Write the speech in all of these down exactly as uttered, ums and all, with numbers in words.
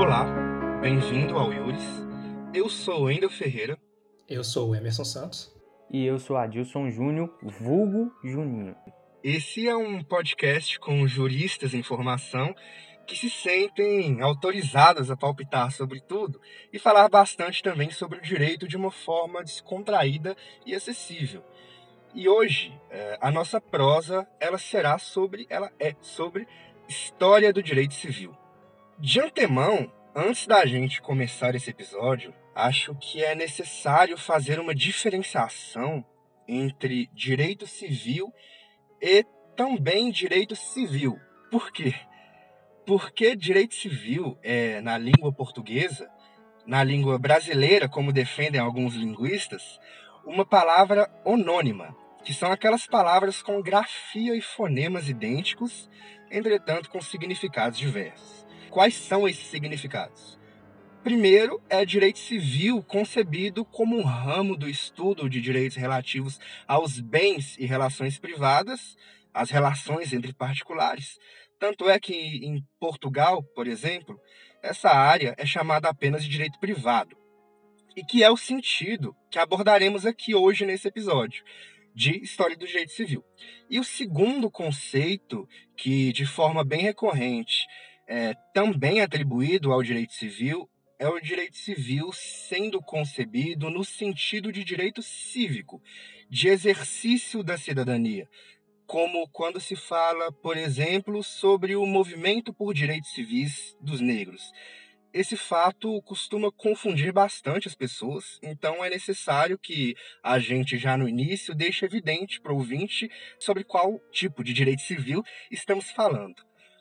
Olá, bem-vindo ao Iures. Eu sou o Wendel Ferreira. Eu sou o Emerson Santos. E eu sou Adilson Júnior, vulgo Juninho. Esse é um podcast com juristas em formação que se sentem autorizadas a palpitar sobre tudo e falar bastante também sobre o direito de uma forma descontraída e acessível. E hoje, a nossa prosa, ela será sobre, ela é sobre história do direito civil. De antemão, antes da gente começar esse episódio, acho que é necessário fazer uma diferenciação entre direito civil e também direito civil. Por quê? Porque direito civil é, na língua portuguesa, na língua brasileira, como defendem alguns linguistas, uma palavra onônima, que são aquelas palavras com grafia e fonemas idênticos, entretanto com significados diversos. Quais são esses significados? Primeiro, é direito civil concebido como um ramo do estudo de direitos relativos aos bens e relações privadas, as relações entre particulares. Tanto é que, em Portugal, por exemplo, essa área é chamada apenas de direito privado, e que é o sentido que abordaremos aqui hoje nesse episódio, de História do Direito Civil. E o segundo conceito, que de forma bem recorrente é também atribuído ao direito civil, é o direito civil sendo concebido no sentido de direito cívico, de exercício da cidadania, como quando se fala, por exemplo, sobre o movimento por direitos civis dos negros. Esse fato costuma confundir bastante as pessoas, então é necessário que a gente já no início deixe evidente para o ouvinte sobre qual tipo de direito civil estamos falando.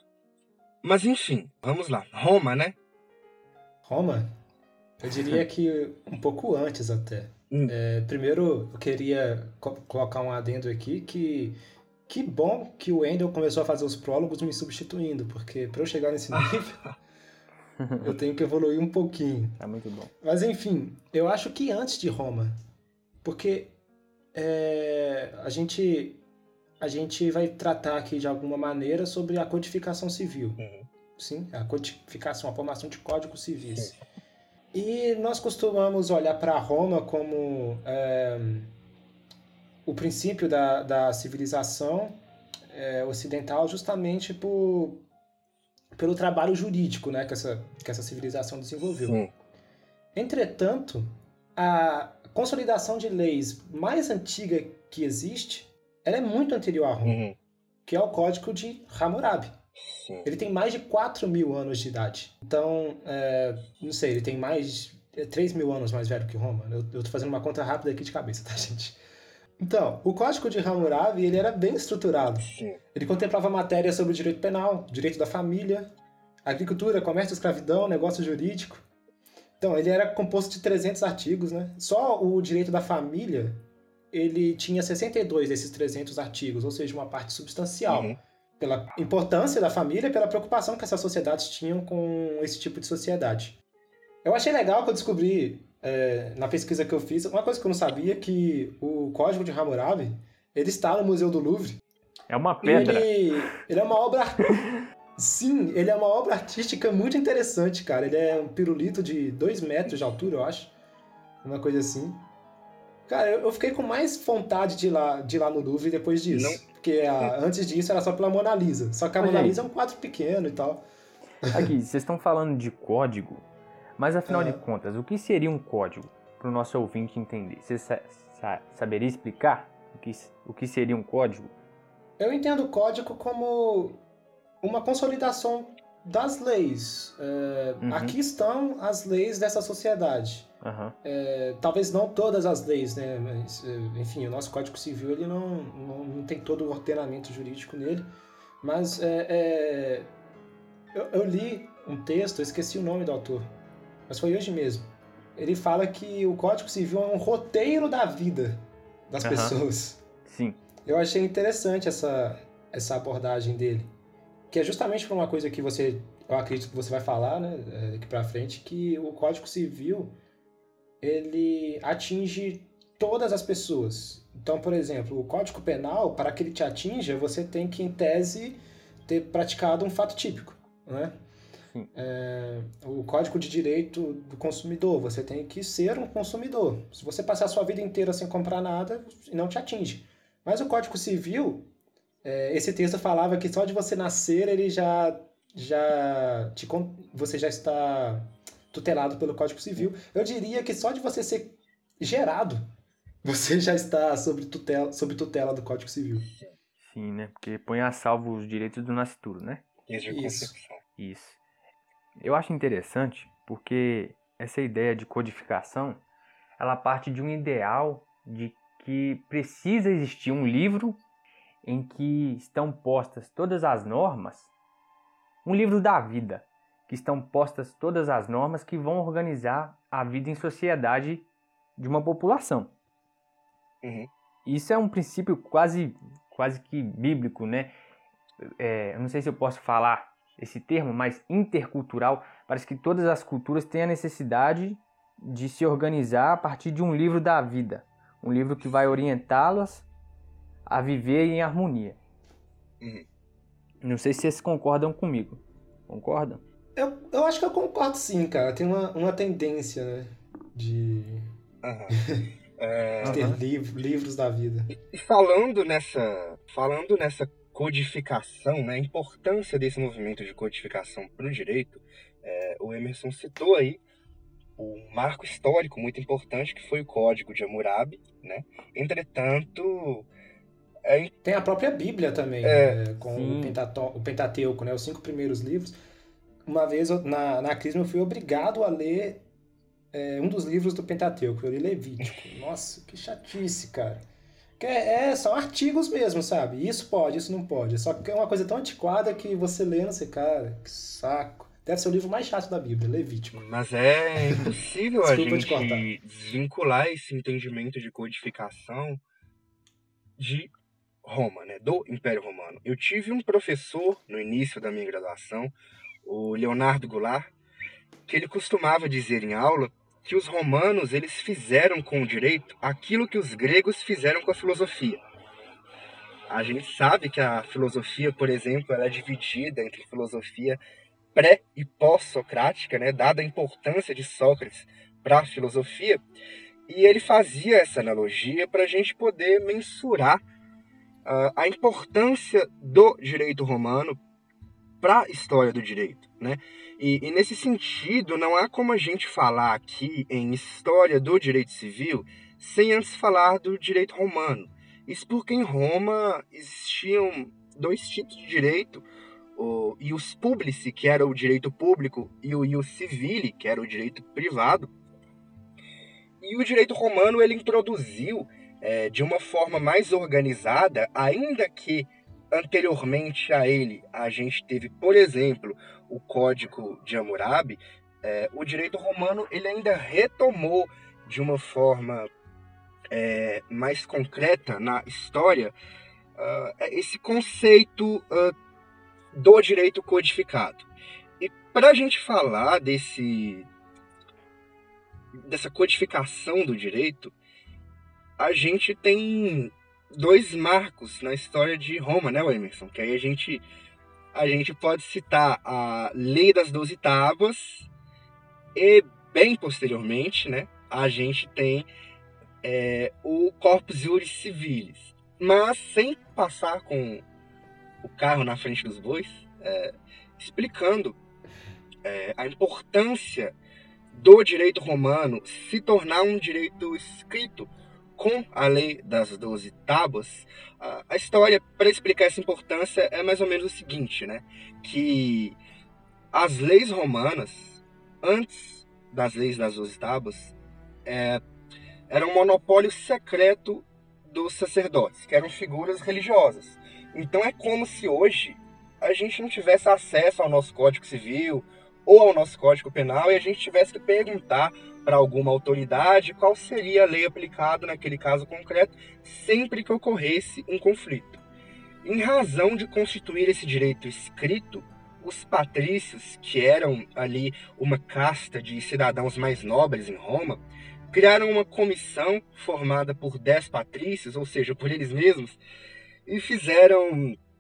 Mas enfim, vamos lá. Roma, né? Roma? Eu diria que um pouco antes até. Hum. É, primeiro, eu queria co- colocar um adendo aqui que que bom que o Wendel começou a fazer os prólogos me substituindo, porque para eu chegar nesse nível, eu tenho que evoluir um pouquinho. É muito bom. Mas enfim, eu acho que antes de Roma, porque é, a gente a gente vai tratar aqui de alguma maneira sobre a codificação civil. Uhum. Sim, a codificação, a formação de códigos civis. E nós costumamos olhar para Roma como é, o princípio da, da civilização é, ocidental justamente por, pelo trabalho jurídico, né, que, essa, que essa civilização desenvolveu. Sim. Entretanto, a consolidação de leis mais antiga que existe, ela é muito anterior a Roma, Uhum. que é o Código de Hammurabi. Sim. Ele tem mais de quatro mil anos de idade. Então, é, não sei, ele tem mais é, três mil anos mais velho que Roma. Eu, eu tô fazendo uma conta rápida aqui de cabeça, tá, gente? Então, o Código de Hammurabi, ele era bem estruturado. Sim. Ele contemplava matérias sobre o direito penal, direito da família, agricultura, comércio, escravidão, negócio jurídico. Então, ele era composto de trezentos artigos, né? Só o direito da família, ele tinha sessenta e dois desses trezentos artigos, ou seja, uma parte substancial. Uhum. Pela importância da família e pela preocupação que essas sociedades tinham com esse tipo de sociedade. Eu achei legal que eu descobri, é, na pesquisa que eu fiz, uma coisa que eu não sabia, que o Código de Hammurabi, ele está no Museu do Louvre. É uma E pedra. Ele, ele é uma obra... Sim, ele é uma obra artística muito interessante, cara. Ele é um pirulito de dois metros de altura, eu acho. Uma coisa assim. Cara, eu, eu fiquei com mais vontade de ir lá, de ir lá no Louvre depois disso. Não. Porque a, antes disso era só pela Mona Lisa. Só que a Mas, Mona gente, Lisa é um quadro pequeno e tal. Aqui, vocês estão falando de código, mas afinal Ah. de contas, o que seria um código? Para o nosso ouvinte entender. Você sa sa saberia explicar o que, o que seria um código? Eu entendo o código como uma consolidação das leis. É, Uhum. Aqui estão as leis dessa sociedade. Aham. É, talvez não todas as leis, né? Mas, é, enfim, o nosso Código Civil ele não, não, não tem todo o ordenamento jurídico nele. Mas é, é, eu, eu li um texto, eu esqueci o nome do autor, mas foi hoje mesmo. Ele fala que o Código Civil é um roteiro da vida das Aham. pessoas. Sim. Eu achei interessante essa, essa abordagem dele. Que é justamente por uma coisa que você, eu acredito que você vai falar, né, daqui pra frente, que o Código Civil, ele atinge todas as pessoas. Então, por exemplo, o Código Penal, para que ele te atinja, você tem que, em tese, ter praticado um fato típico, né? Sim. É, o Código de Direito do Consumidor, você tem que ser um consumidor. Se você passar a sua vida inteira sem comprar nada, não te atinge. Mas o Código Civil, é, esse texto falava que só de você nascer ele já, já te, você já está tutelado pelo Código Civil. Eu diria que só de você ser gerado, você já está sob tutela, sob tutela do Código Civil. Sim, né? Porque põe a salvo os direitos do nascituro, né? Desde a Isso. concepção. Isso. Eu acho interessante porque essa ideia de codificação, ela parte de um ideal de que precisa existir um livro em que estão postas todas as normas, um livro da vida, que estão postas todas as normas que vão organizar a vida em sociedade de uma população. Uhum. Isso é um princípio quase, quase que bíblico, né? É, eu não sei se eu posso falar esse termo, mas intercultural. Parece que todas as culturas têm a necessidade de se organizar a partir de um livro da vida. Um livro que vai orientá-las a viver em harmonia. Uhum. Não sei se vocês concordam comigo. Concordam? Eu, eu acho que eu concordo sim, cara. Tem uma, uma tendência, né? De, Uhum. É... de ter Uhum. liv, livros da vida. E falando nessa, falando nessa codificação, né, a importância desse movimento de codificação para o direito, é, o Emerson citou aí um marco histórico muito importante que foi o Código de Hammurabi, né? Entretanto, é, Tem a própria Bíblia também, é, é, com sim. o, Pentato, o Pentateuco, né? Os cinco primeiros livros. Uma vez eu- na, na Crisma eu fui obrigado a ler é, um dos livros do Pentateuco, eu li Levítico. Nossa, que chatice, cara. Que é, é, são artigos mesmo, sabe? Isso pode, isso não pode. Só que é uma coisa tão antiquada que você lendo, você, cara, que saco. Deve ser o livro mais chato da Bíblia, Levítico. mas é impossível a Desculpa te cortar. gente desvincular esse entendimento de codificação de Roma, né, do Império Romano. Eu tive um professor no início da minha graduação, o Leonardo Goulart, que ele costumava dizer em aula que os romanos eles fizeram com o direito aquilo que os gregos fizeram com a filosofia. A gente sabe que a filosofia, por exemplo, ela é dividida entre filosofia pré e pós-socrática, né, dada a importância de Sócrates para a filosofia, e ele fazia essa analogia para a gente poder mensurar uh, a importância do direito romano para a história do direito, né? E, e nesse sentido, não há como a gente falar aqui em história do direito civil sem antes falar do direito romano. Isso porque em Roma existiam dois tipos de direito, o ius publici, que era o direito público, e o ius civili, que era o direito privado. E o direito romano ele introduziu é, de uma forma mais organizada, ainda que anteriormente a ele a gente teve, por exemplo, o Código de Hammurabi, é, o direito romano ele ainda retomou de uma forma é, mais concreta na história uh, esse conceito uh, do direito codificado. E para a gente falar desse, dessa codificação do direito, a gente tem dois marcos na história de Roma, né, Emerson? Que aí a gente, a gente pode citar a Lei das Doze Tábuas e, bem posteriormente, né, a gente tem é, o Corpus Juris Civilis. Mas sem passar com o carro na frente dos bois, é, explicando é, a importância do direito romano se tornar um direito escrito com a Lei das Doze Tábuas. A história, para explicar essa importância, é mais ou menos o seguinte, né? Que as leis romanas, antes das Leis das Doze Tábuas, é, era um monopólio secreto dos sacerdotes, que eram figuras religiosas. Então é como se hoje a gente não tivesse acesso ao nosso Código Civil ou ao nosso Código Penal e a gente tivesse que perguntar para alguma autoridade qual seria a lei aplicada naquele caso concreto sempre que ocorresse um conflito. Em razão de constituir esse direito escrito, os patrícios, que eram ali uma casta de cidadãos mais nobres em Roma, criaram uma comissão formada por dez patrícios, ou seja, por eles mesmos, e fizeram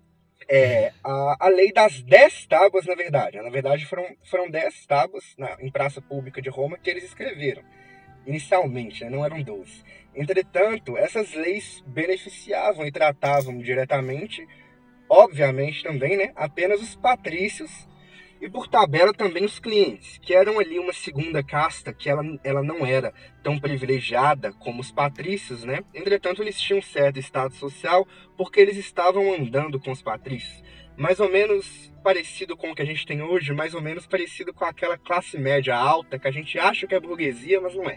É, a, a lei das dez tábuas, na verdade. Na verdade, foram, foram dez tábuas na, em praça pública de Roma que eles escreveram. Inicialmente, né, não eram doze. Entretanto, essas leis beneficiavam e tratavam diretamente, obviamente também, né, apenas os patrícios e, por tabela, também os clientes, que eram ali uma segunda casta que ela, ela não era tão privilegiada como os patrícios, né? Entretanto, eles tinham um certo status social porque eles estavam andando com os patrícios. Mais ou menos parecido com o que a gente tem hoje, mais ou menos parecido com aquela classe média alta que a gente acha que é burguesia, mas não é.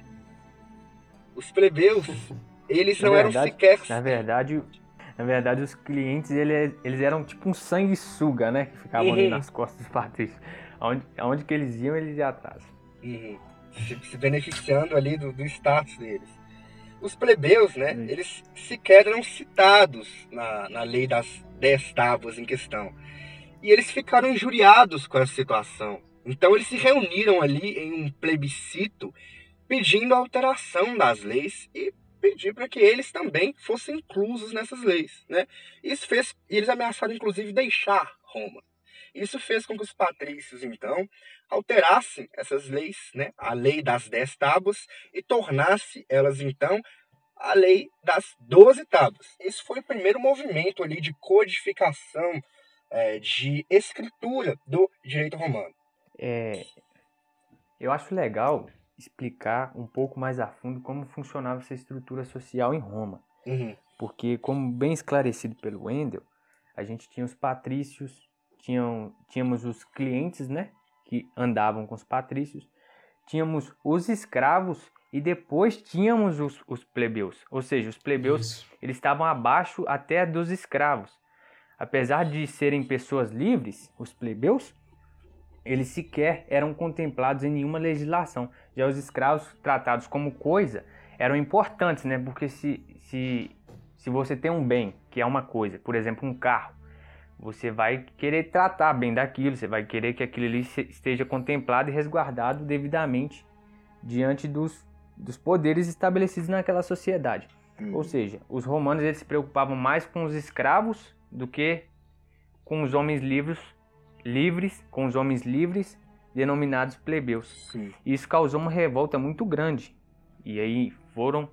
Os plebeus, eles Na não eram verdade, sequer... na verdade, na verdade, os clientes ele- eles eram tipo um sanguessuga, né? Que ficavam ali Uhum. nas costas dos patrícios. Aonde, aonde que eles iam, eles iam atrás. Uhum. se, se beneficiando ali do, do status deles. Os plebeus, né, Sim. eles sequer eram citados na, na lei das dez tábuas em questão. E eles ficaram injuriados com essa situação. Então eles se reuniram ali em um plebiscito pedindo a alteração das leis e pedir para que eles também fossem inclusos nessas leis, né? Isso fez, e eles ameaçaram inclusive deixar Roma. Isso fez com que os patrícios, então, alterassem essas leis, né? A lei das dez tábuas, e tornasse elas, então, a lei das doze tábuas. Esse foi o primeiro movimento ali de codificação, é, de escritura do direito romano. É, eu acho legal explicar um pouco mais a fundo como funcionava essa estrutura social em Roma. Uhum. Porque, como bem esclarecido pelo Wendel, a gente tinha os patrícios, tinham, tínhamos os clientes, né, que andavam com os patrícios, tínhamos os escravos e depois tínhamos os, os plebeus. Ou seja, os plebeus Isso. eles estavam abaixo até dos escravos. Apesar de serem pessoas livres, os plebeus, eles sequer eram contemplados em nenhuma legislação. Já os escravos tratados como coisa eram importantes, né? Porque se, se, se você tem um bem, que é uma coisa, por exemplo, um carro, você vai querer tratar bem daquilo, você vai querer que aquilo ali esteja contemplado e resguardado devidamente diante dos, dos poderes estabelecidos naquela sociedade. Uhum. Ou seja, os romanos eles se preocupavam mais com os escravos do que com os homens livres, livres com os homens livres denominados plebeus. Sim. Isso causou uma revolta muito grande. E aí foram,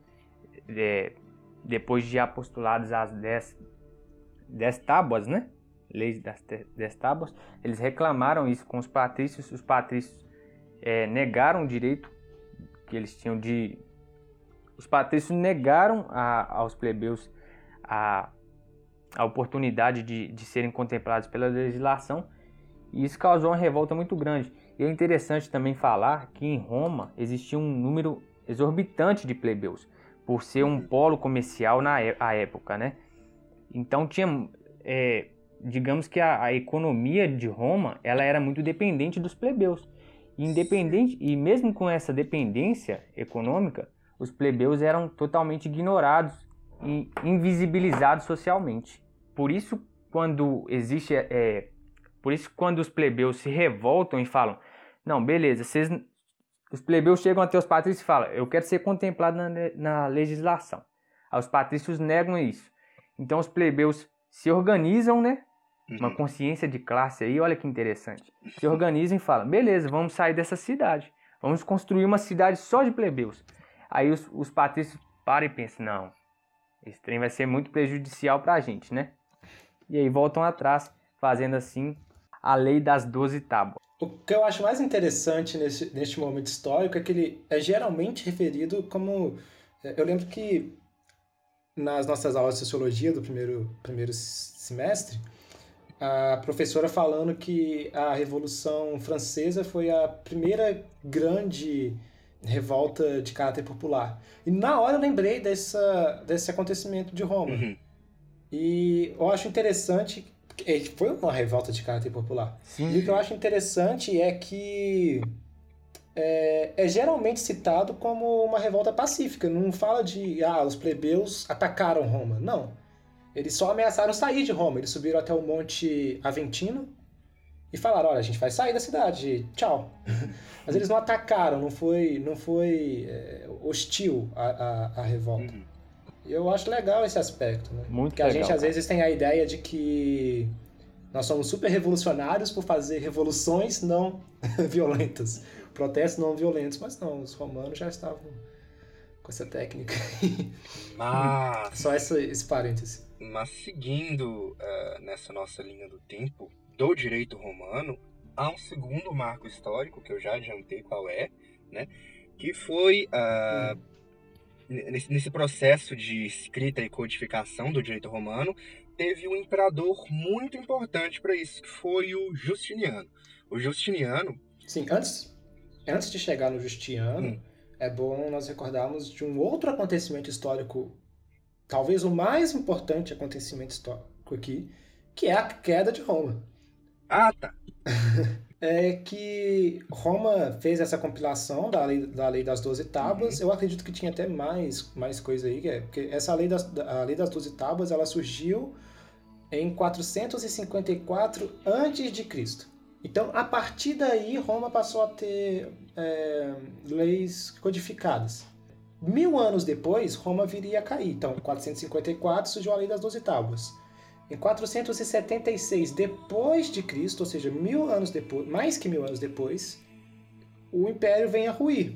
é, depois de apostulados as dez, dez tábuas, né? Leis das dez tábuas, eles reclamaram isso com os patrícios. Os patrícios é, negaram o direito que eles tinham de... Os patrícios negaram a, aos plebeus a, a oportunidade de, de serem contemplados pela legislação. E isso causou uma revolta muito grande. E é interessante também falar que em Roma existia um número exorbitante de plebeus, por ser um polo comercial na é, a época, né? Então tinha, é, digamos que a, a economia de Roma ela era muito dependente dos plebeus. E, independente, e mesmo com essa dependência econômica, os plebeus eram totalmente ignorados e invisibilizados socialmente. Por isso, quando existe... É, Por isso, quando os plebeus se revoltam e falam, não, beleza, vocês, os plebeus chegam até os patrícios e falam, eu quero ser contemplado na, na legislação. Aí os patrícios negam isso. Então os plebeus se organizam, né? Uma Uhum. consciência de classe aí, olha que interessante. Se organizam e falam, beleza, vamos sair dessa cidade. Vamos construir uma cidade só de plebeus. Aí os, os patrícios param e pensam, não, esse trem vai ser muito prejudicial pra gente, né? E aí voltam atrás, fazendo assim a lei das doze tábuas. O que eu acho mais interessante nesse, neste momento histórico é que ele é geralmente referido como... Eu lembro que nas nossas aulas de sociologia do primeiro, primeiro semestre, a professora falando que a Revolução Francesa foi a primeira grande revolta de caráter popular. E na hora eu lembrei dessa, desse acontecimento de Roma. Uhum. E eu acho interessante... Foi uma revolta de caráter popular. Sim. E o que eu acho interessante é que é, é geralmente citado como uma revolta pacífica. Não fala de, ah, os plebeus atacaram Roma. Não. Eles só ameaçaram sair de Roma. Eles subiram até o Monte Aventino e falaram, olha, a gente vai sair da cidade, tchau. Mas eles não atacaram, não foi, não foi é, hostil a, a, a revolta. Uhum. Eu acho legal esse aspecto, né? Muito Porque a legal, gente às cara. vezes tem a ideia de que nós somos super revolucionários por fazer revoluções não violentas, protestos não violentos, mas não, os romanos já estavam com essa técnica. Mas, Só essa, esse parêntese. mas seguindo uh, nessa nossa linha do tempo do direito romano, há um segundo marco histórico, que eu já adiantei qual é, né? Que foi uh, hum. nesse, nesse processo de escrita e codificação do direito romano, teve um imperador muito importante para isso, que foi o Justiniano. O Justiniano... Sim, antes, antes de chegar no Justiniano, hum. é bom nós recordarmos de um outro acontecimento histórico, talvez o mais importante acontecimento histórico aqui, que é a queda de Roma. Ah, tá. É que Roma fez essa compilação da lei, da lei das doze tábuas. Uhum. Eu acredito que tinha até mais, mais coisa aí, porque essa lei das, a lei das doze tábuas, ela surgiu em quatrocentos e cinquenta e quatro antes de Cristo. Então, a partir daí, Roma passou a ter é, leis codificadas. Mil anos depois, Roma viria a cair. Então, em quatrocentos e cinquenta e quatro surgiu a lei das doze tábuas. Em quatrocentos e setenta e seis depois de Cristo, ou seja, mil anos depois, mais que mil anos depois, o Império vem a ruir.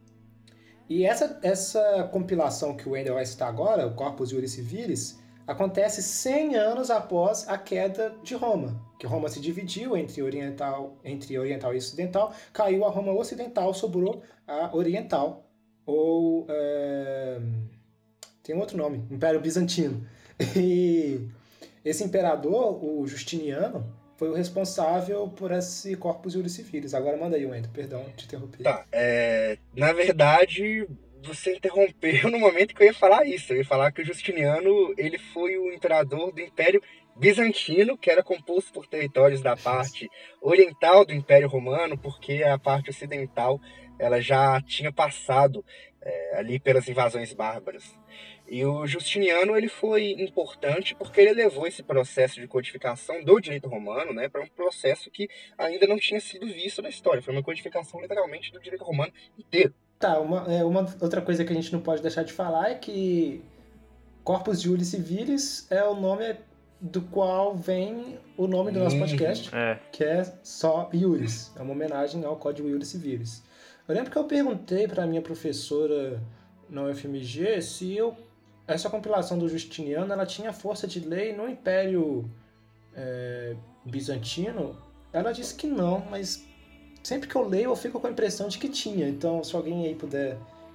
E essa, essa compilação que o Wendel vai citar agora, o Corpus Juris Civilis, acontece cem anos após a queda de Roma, que Roma se dividiu entre oriental, entre oriental e ocidental, caiu a Roma ocidental, sobrou a oriental, ou é, tem outro nome, Império Bizantino. E esse imperador, o Justiniano, foi o responsável por esse Corpus Juris Civilis. Agora manda aí, Wendel, perdão, te interrompi. Tá, é, na verdade, você interrompeu no momento que eu ia falar isso. Eu ia falar que o Justiniano, ele foi o imperador do Império Bizantino, que era composto por territórios da parte oriental do Império Romano, porque a parte ocidental ela já tinha passado é, ali pelas invasões bárbaras. E o Justiniano ele foi importante porque ele levou esse processo de codificação do direito romano, né, para um processo que ainda não tinha sido visto na história. Foi uma codificação literalmente do direito romano inteiro. Tá, uma, é, uma outra coisa que a gente não pode deixar de falar é que Corpus Juris Civilis é o nome do qual vem o nome do nosso Uhum. podcast, É. que é só Iuris. É uma homenagem ao Código Juris Civilis. Eu lembro que eu perguntei para a minha professora na U F M G se eu, essa compilação do Justiniano ela tinha força de lei no Império é, Bizantino. Ela disse que não, mas sempre que eu leio eu fico com a impressão de que tinha. Então, se alguém aí puder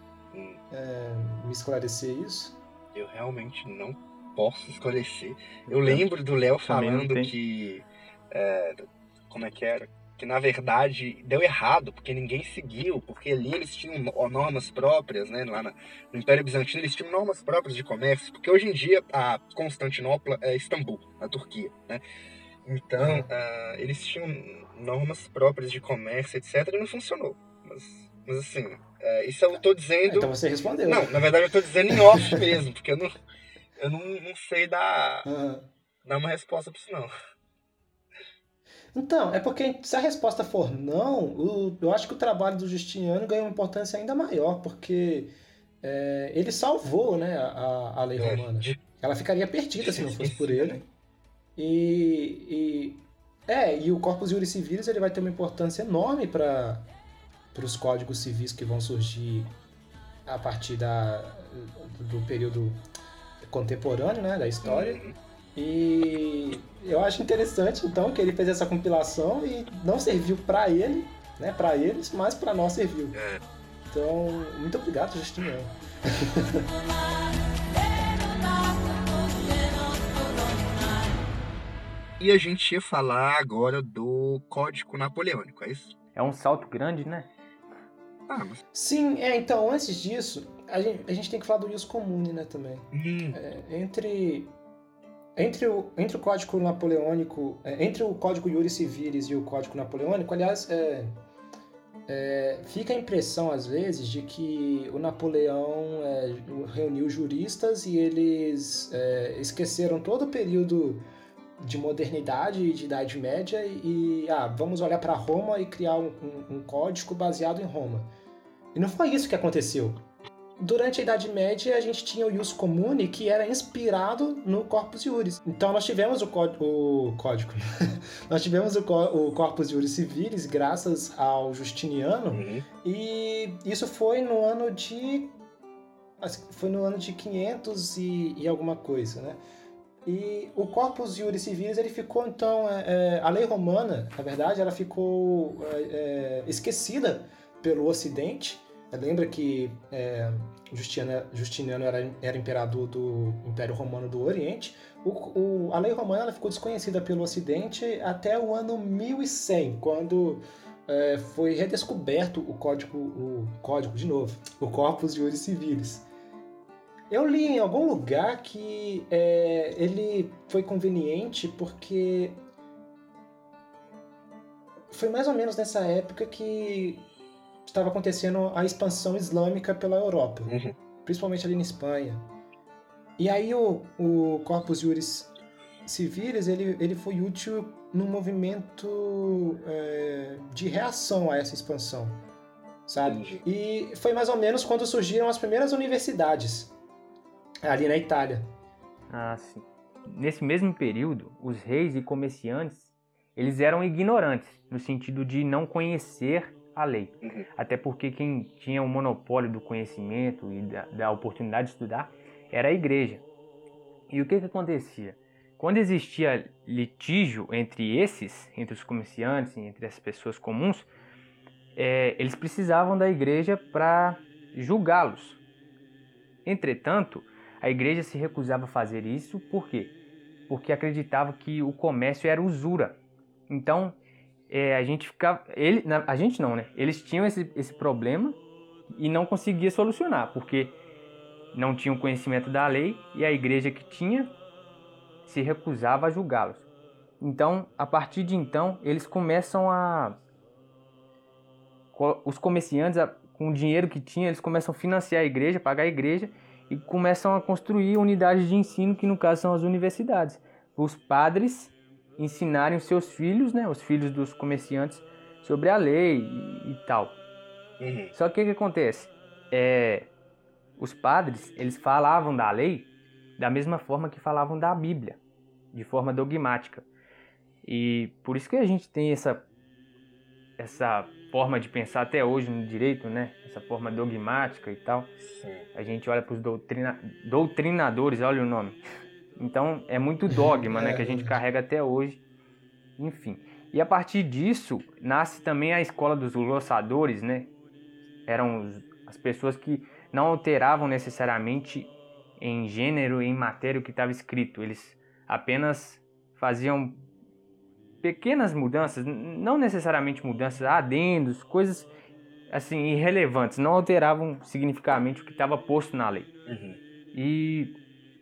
é, me esclarecer isso. Eu realmente não posso esclarecer. Eu lembro do Léo falando que... É, como é que era? Que na verdade deu errado, porque ninguém seguiu, porque ali eles tinham normas próprias, né? Lá na, no Império Bizantino eles tinham normas próprias de comércio, porque hoje em dia a Constantinopla é Istambul, na Turquia, né? Então, uh, eles tinham normas próprias de comércio, etcétera, e não funcionou. Mas, mas assim, uh, isso eu tô dizendo... Então você respondeu. Não, na verdade eu tô dizendo em off mesmo, porque eu não, eu não, não sei dar, Uhum. dar uma resposta pra isso, não. Então, é porque se a resposta for não, o, eu acho que o trabalho do Justiniano ganha uma importância ainda maior, porque é, ele salvou, né, a, a lei É, romana. de- Ela ficaria perdida se não fosse por Sim, ele. né? E, e é, e o Corpus Juris Civilis ele vai ter uma importância enorme para os códigos civis que vão surgir a partir da, do período contemporâneo, né, da história. Uhum. E eu acho interessante, então, que ele fez essa compilação e não serviu para ele, né, para eles, mas para nós serviu. É. Então, muito obrigado, Justiniano. E a gente ia falar agora do Código Napoleônico, é isso? É um salto grande, né? Ah, mas... Sim, é, então, antes disso, a gente, a gente tem que falar do Ius Comune, né, também. Hum, É, entre, entre, o, entre o Código Napoleônico, é, entre o Código Juris Civilis e o Código Napoleônico, aliás, é, é, fica a impressão, às vezes, de que o Napoleão é, reuniu juristas e eles é, esqueceram todo o período de modernidade e de Idade Média e, ah, vamos olhar para Roma e criar um, um, um código baseado em Roma. E não foi isso que aconteceu. durante a Idade Média, a gente tinha o Ius Comune, que era inspirado no Corpus Juris. Então, nós tivemos o, có- o código. Nós tivemos o, có- o Corpus Juris Civilis, graças ao Justiniano. Uhum. E isso foi no ano de... Foi no ano de quinhentos e, e alguma coisa, né? E o Corpus Juris Civilis, ele ficou, então... É, é, a lei romana, na verdade, ela ficou é, é, esquecida pelo Ocidente. Lembra que é, Justiniano, Justiniano era, era imperador do Império Romano do Oriente. O, o, a lei romana ela ficou desconhecida pelo Ocidente até o ano mil e cem, quando é, foi redescoberto o código, o código, de novo, o Corpus Juris Civilis. Eu li em algum lugar que é, ele foi conveniente porque foi mais ou menos nessa época que estava acontecendo a expansão islâmica pela Europa, Uhum. principalmente ali na Espanha. E aí o, o Corpus Juris Civilis ele, ele foi útil no movimento é, de reação a essa expansão, sabe? Entendi. E foi mais ou menos quando surgiram as primeiras universidades ali na Itália. Ah, sim. Nesse mesmo período, os reis e comerciantes, eles eram ignorantes, no sentido de não conhecer a lei. Uhum. Até porque quem tinha o monopólio do conhecimento e da, da oportunidade de estudar era a igreja. E o que que acontecia? Quando existia litígio entre esses, entre os comerciantes, entre as pessoas comuns, é, eles precisavam da igreja para julgá-los. Entretanto, a igreja se recusava a fazer isso, por quê? Porque acreditava que o comércio era usura. Então, é, a gente ficava... Ele, a gente não, né? Eles tinham esse, esse problema e não conseguia solucionar, porque não tinham conhecimento da lei e a igreja que tinha se recusava a julgá-los. Então, a partir de então, eles começam a... Os comerciantes, com o dinheiro que tinham, eles começam a financiar a igreja, pagar a igreja e começam a construir unidades de ensino, que no caso são as universidades. Os padres ensinarem os seus filhos, né, os filhos dos comerciantes, sobre a lei e, e tal. Uhum. Só que o que acontece? É, os padres, eles falavam da lei da mesma forma que falavam da Bíblia, de forma dogmática. E por isso que a gente tem essa, essa forma de pensar até hoje no direito, né? Essa forma dogmática e tal. Sim. A gente olha para os doutrina, doutrinadores, olha o nome. Então é muito dogma, né, que a gente carrega até hoje. Enfim. E a partir disso nasce também a escola dos glossadores, né? Eram os, as pessoas que não alteravam necessariamente em gênero e em matéria o que estava escrito. Eles apenas faziam pequenas mudanças, não necessariamente mudanças, adendos, coisas assim irrelevantes, não alteravam significativamente o que estava posto na lei. Uhum. E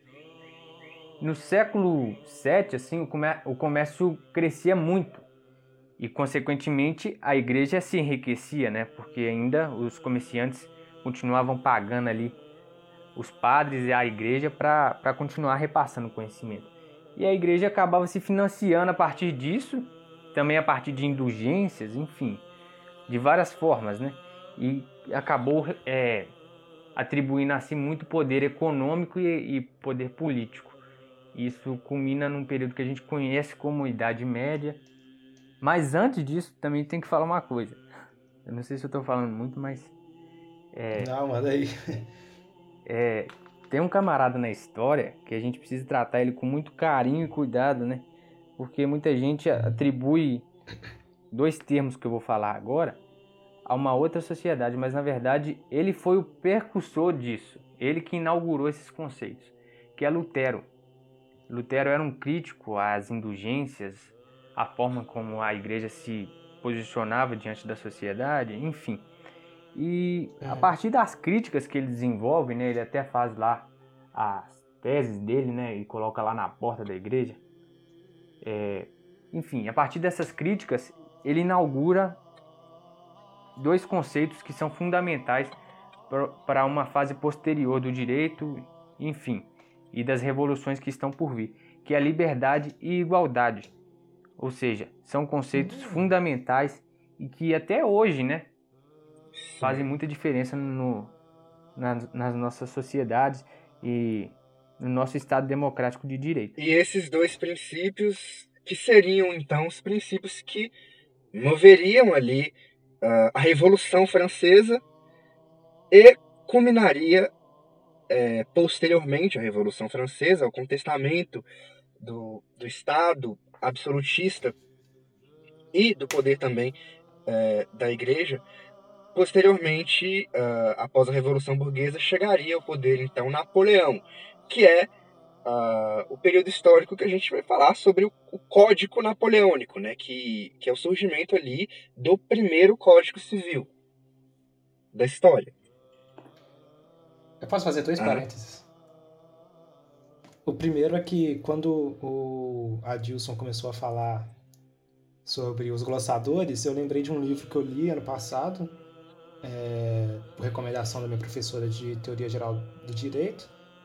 no século sete, assim, o comércio crescia muito e, consequentemente, a igreja se enriquecia, né? Porque ainda os comerciantes continuavam pagando ali os padres e a igreja para continuar repassando conhecimento. E a igreja acabava se financiando a partir disso, também a partir de indulgências, enfim, de várias formas, né? E acabou é, atribuindo assim muito poder econômico e, e poder político. Isso culmina num período que a gente conhece como Idade Média. Mas antes disso, também tem que falar uma coisa. Eu não sei se eu estou falando muito, mas... É... Não, manda aí. É, tem um camarada na história que a gente precisa tratar ele com muito carinho e cuidado, né? Porque muita gente atribui dois termos que eu vou falar agora a uma outra sociedade, mas na verdade ele foi o precursor disso. Ele que inaugurou esses conceitos, que é Lutero. Lutero era um crítico às indulgências, à forma como a igreja se posicionava diante da sociedade, enfim. E a partir das críticas que ele desenvolve, né, ele até faz lá as teses dele, né, e coloca lá na porta da igreja. É, enfim, a partir dessas críticas, ele inaugura dois conceitos que são fundamentais para uma fase posterior do direito, enfim, e das revoluções que estão por vir, que é a liberdade e igualdade. Ou seja, são conceitos uhum. fundamentais e que até hoje, né, fazem muita diferença no, nas, nas nossas sociedades e no nosso Estado democrático de direito. E esses dois princípios que seriam, então, os princípios que moveriam ali uh, a Revolução Francesa e culminaria é, posteriormente à Revolução Francesa, ao contestamento do, do Estado absolutista e do poder também é, da Igreja. Posteriormente, uh, após a Revolução Burguesa, chegaria ao poder, então, Napoleão, que é uh, o período histórico que a gente vai falar sobre o, o Código Napoleônico, né, que, que é o surgimento ali do primeiro Código Civil da história. Eu posso fazer dois Ah. parênteses? O primeiro é que quando o Adilson começou a falar sobre os glossadores, eu lembrei de um livro que eu li ano passado, é, por recomendação da minha professora de Teoria Geral do Direito,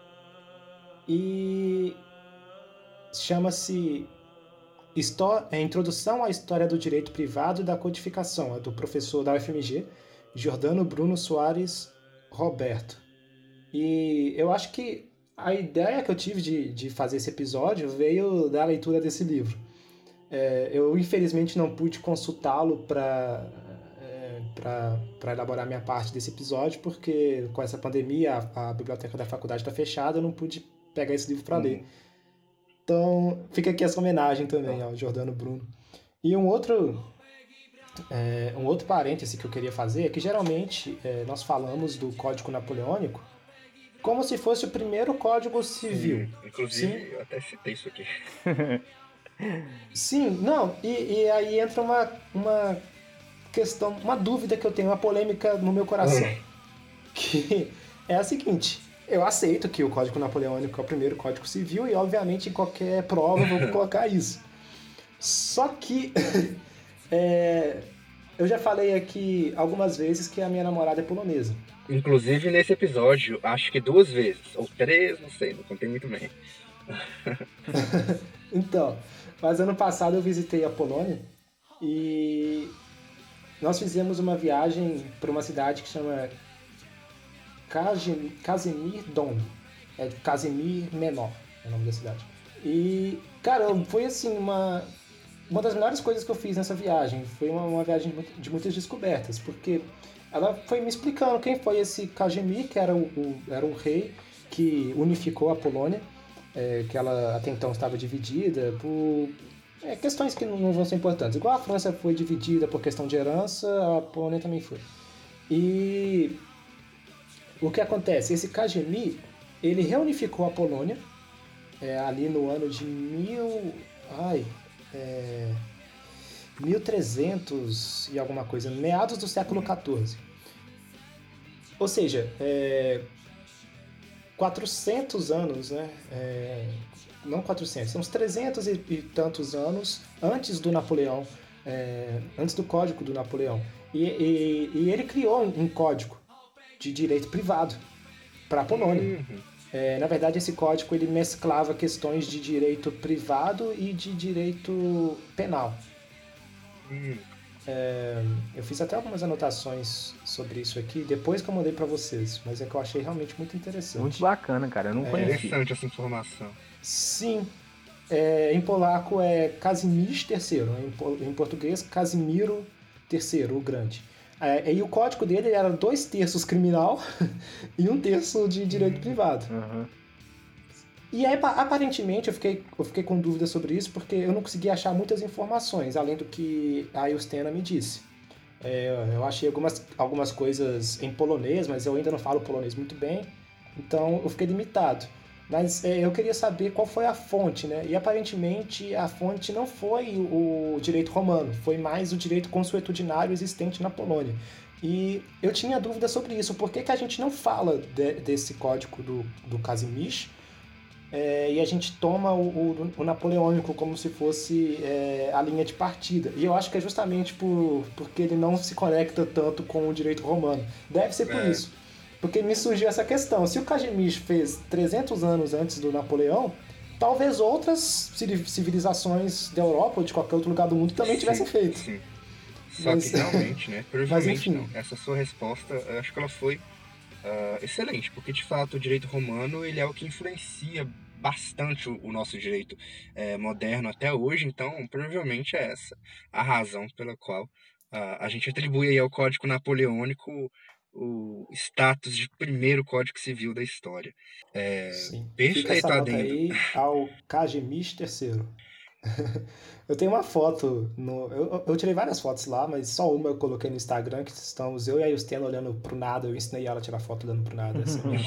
e chama-se é, Introdução à História do Direito Privado e da Codificação, é do professor da U F M G, Jordano Bruno Soares Roberto. E eu acho que a ideia que eu tive de, de fazer esse episódio veio da leitura desse livro. É, eu, infelizmente, não pude consultá-lo para é, para elaborar minha parte desse episódio, porque com essa pandemia a, a biblioteca da faculdade está fechada, eu não pude pegar esse livro para uhum. ler. Então, fica aqui essa homenagem também ao Jordano Bruno. E um outro, é, um outro parêntese que eu queria fazer é que, geralmente, é, nós falamos do Código Napoleônico como se fosse o primeiro Código Civil. Sim, inclusive, Sim. eu até citei isso aqui. Sim, não, e, e aí entra uma, uma questão, uma dúvida que eu tenho, uma polêmica no meu coração, uhum. que é a seguinte: eu aceito que o Código Napoleônico é o primeiro Código Civil e, obviamente, em qualquer prova eu vou colocar isso. Só que é, eu já falei aqui algumas vezes que a minha namorada é polonesa. Inclusive, nesse episódio, acho que duas vezes, ou três, não sei, não contei muito bem. Então, mas ano passado eu visitei a Polônia e nós fizemos uma viagem para uma cidade que chama Kazimierz Dom, é Casimir Menor, é o nome da cidade. E, cara, foi assim, uma, uma das melhores coisas que eu fiz nessa viagem. Foi uma, uma viagem de muitas descobertas, porque ela foi me explicando quem foi esse Casimir, que era o, o, era um rei que unificou a Polônia, é, que ela até então estava dividida por é, questões que não, não vão ser importantes. Igual a França foi dividida por questão de herança, a Polônia também foi. E o que acontece? Esse Casimir, ele reunificou a Polônia é, ali no ano de mil... Ai... É, mil e trezentos e alguma coisa, meados do século quatorze. Ou seja, é, quatrocentos anos, né? É, não quatrocentos, são uns trezentos e, e tantos anos antes do Napoleão, é, antes do Código do Napoleão. E, e, e ele criou um código de direito privado para a Polônia. Uhum. É, na verdade, esse código ele mesclava questões de direito privado e de direito penal. Uhum. É, eu fiz até algumas anotações sobre isso aqui, depois que eu mandei para vocês, mas é que eu achei realmente muito interessante. Muito bacana, cara, eu não é conhecia. Interessante essa informação. Sim, é, em polaco é Kazimierz terceiro, em, em português Casimiro terceiro, o Grande. É, e o código dele era dois terços criminal e um terço de direito uhum. privado. Uhum. E aí, aparentemente, eu fiquei, eu fiquei com dúvida sobre isso porque eu não consegui achar muitas informações, além do que a Justena me disse. É, eu achei algumas, algumas coisas em polonês, mas eu ainda não falo polonês muito bem, então eu fiquei limitado. Mas é, eu queria saber qual foi a fonte, né? E aparentemente a fonte não foi o direito romano, foi mais o direito consuetudinário existente na Polônia. E eu tinha dúvida sobre isso, por que, que a gente não fala de, desse código do, do Casimir é, e a gente toma o, o, o napoleônico como se fosse é, a linha de partida. E eu acho que é justamente por, porque ele não se conecta tanto com o direito romano. Deve ser por é. isso. Porque me surgiu essa questão, se o Casimir fez trezentos anos antes do Napoleão, talvez outras civilizações da Europa ou de qualquer outro lugar do mundo também sim, tivessem feito. Sim. Só mas, que realmente, né, provavelmente não. Essa sua resposta, eu acho que ela foi uh, excelente, porque de fato o direito romano ele é o que influencia bastante o, o nosso direito é, moderno até hoje, então provavelmente é essa a razão pela qual uh, a gente atribui aí ao Código Napoleônico o status de primeiro Código Civil da história. É, Sim. perfeito, fica essa nota adendo. aí ao Cagemis terceiro. Eu tenho uma foto, no, eu, eu tirei várias fotos lá, mas só uma eu coloquei no Instagram, que estamos eu e a Justena olhando pro nada, eu ensinei ela a tirar foto olhando pro nada, essa é a minha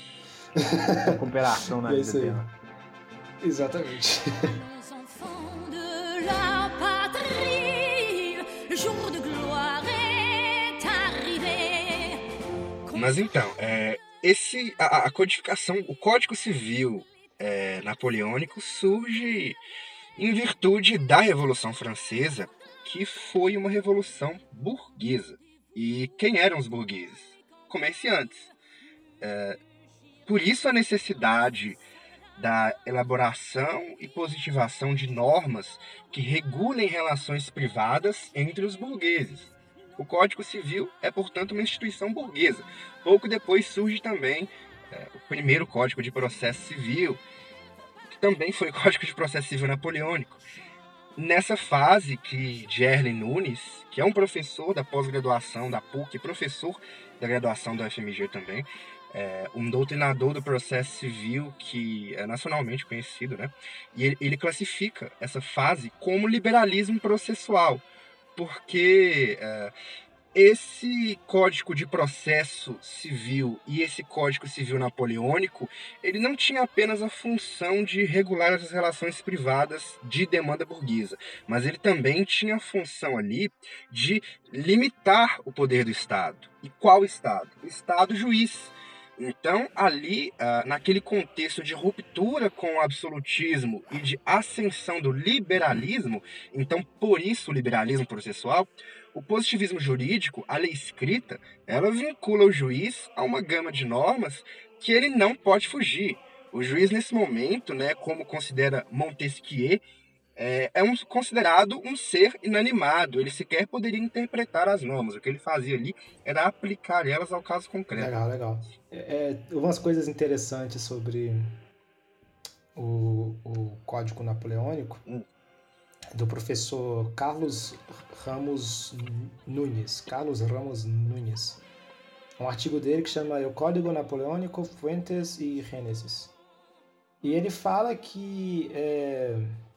marca. Recuperação na E é vida isso aí. dela. Exatamente. Nos enfants de la patrie, le jour de gloire est arrivé. Mas então, é, esse, a, a codificação, o Código Civil é, napoleônico surge em virtude da Revolução Francesa, que foi uma revolução burguesa. E quem eram os burgueses? Comerciantes. É, por isso a necessidade da elaboração e positivação de normas que regulem relações privadas entre os burgueses. O Código Civil é, portanto, uma instituição burguesa. Pouco depois surge também é, o primeiro Código de Processo Civil, que também foi o Código de Processo Civil napoleônico. Nessa fase que Gerlin Nunes, que é um professor da pós-graduação da P U C, professor da graduação da U F M G também, é, um doutrinador do processo civil que é nacionalmente conhecido, né? E ele, ele classifica essa fase como liberalismo processual, porque é, esse Código de Processo Civil e esse Código Civil Napoleônico, ele não tinha apenas a função de regular as relações privadas de demanda burguesa, mas ele também tinha a função ali de limitar o poder do Estado. E qual Estado? O Estado juiz. Então, ali, naquele contexto de ruptura com o absolutismo e de ascensão do liberalismo, então, por isso o liberalismo processual, o positivismo jurídico, a lei escrita, ela vincula o juiz a uma gama de normas que ele não pode fugir. O juiz, nesse momento, né, como considera Montesquieu, é, é um, considerado um ser inanimado. Ele sequer poderia interpretar as normas. O que ele fazia ali era aplicar elas ao caso concreto. Legal, legal. É, é, umas coisas interessantes sobre o, o Código Napoleônico, hum. do professor Carlos Ramos Nunes. Carlos Ramos Nunes. Um artigo dele que chama O Código Napoleônico, Fuentes e Gênesis. E ele fala que é,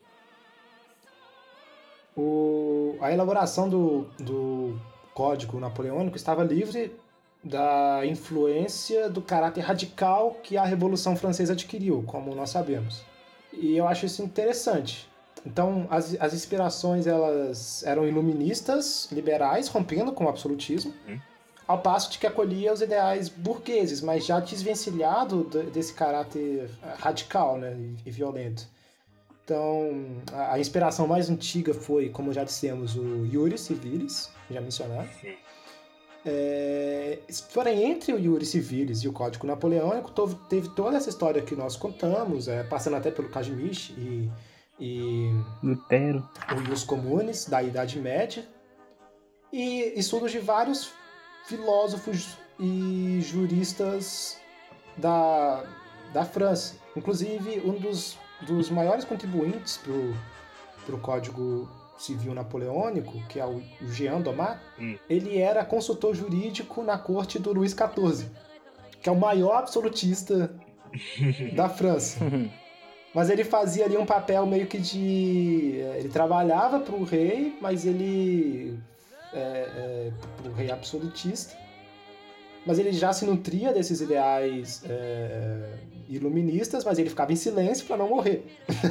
o, a elaboração do, do Código Napoleônico estava livre da influência do caráter radical que a Revolução Francesa adquiriu, como nós sabemos. E eu acho isso interessante. Então, as, as inspirações elas eram iluministas, liberais, rompendo com o absolutismo, hum. ao passo de que acolhia os ideais burgueses, mas já desvencilhado desse caráter radical, né, e violento. Então, a, a inspiração mais antiga foi, como já dissemos, o Iuris Civilis, já mencionado. Sim. É, porém, entre o Iuris Civilis e o Código Napoleônico, teve, teve toda essa história que nós contamos, é, passando até pelo Cagemis e, e Lutero, o Ius Comunes, da Idade Média, e estudos de vários filósofos e juristas da, da França. Inclusive, um dos, dos maiores contribuintes para o Código Civil Napoleônico, que é o Jean Domat, hum. ele era consultor jurídico na corte do Luís quatorze, que é o maior absolutista da França. Mas ele fazia ali um papel meio que de... Ele trabalhava para o rei, mas ele... É, é, para o rei absolutista. Mas ele já se nutria desses ideais é, iluministas, mas ele ficava em silêncio para não morrer.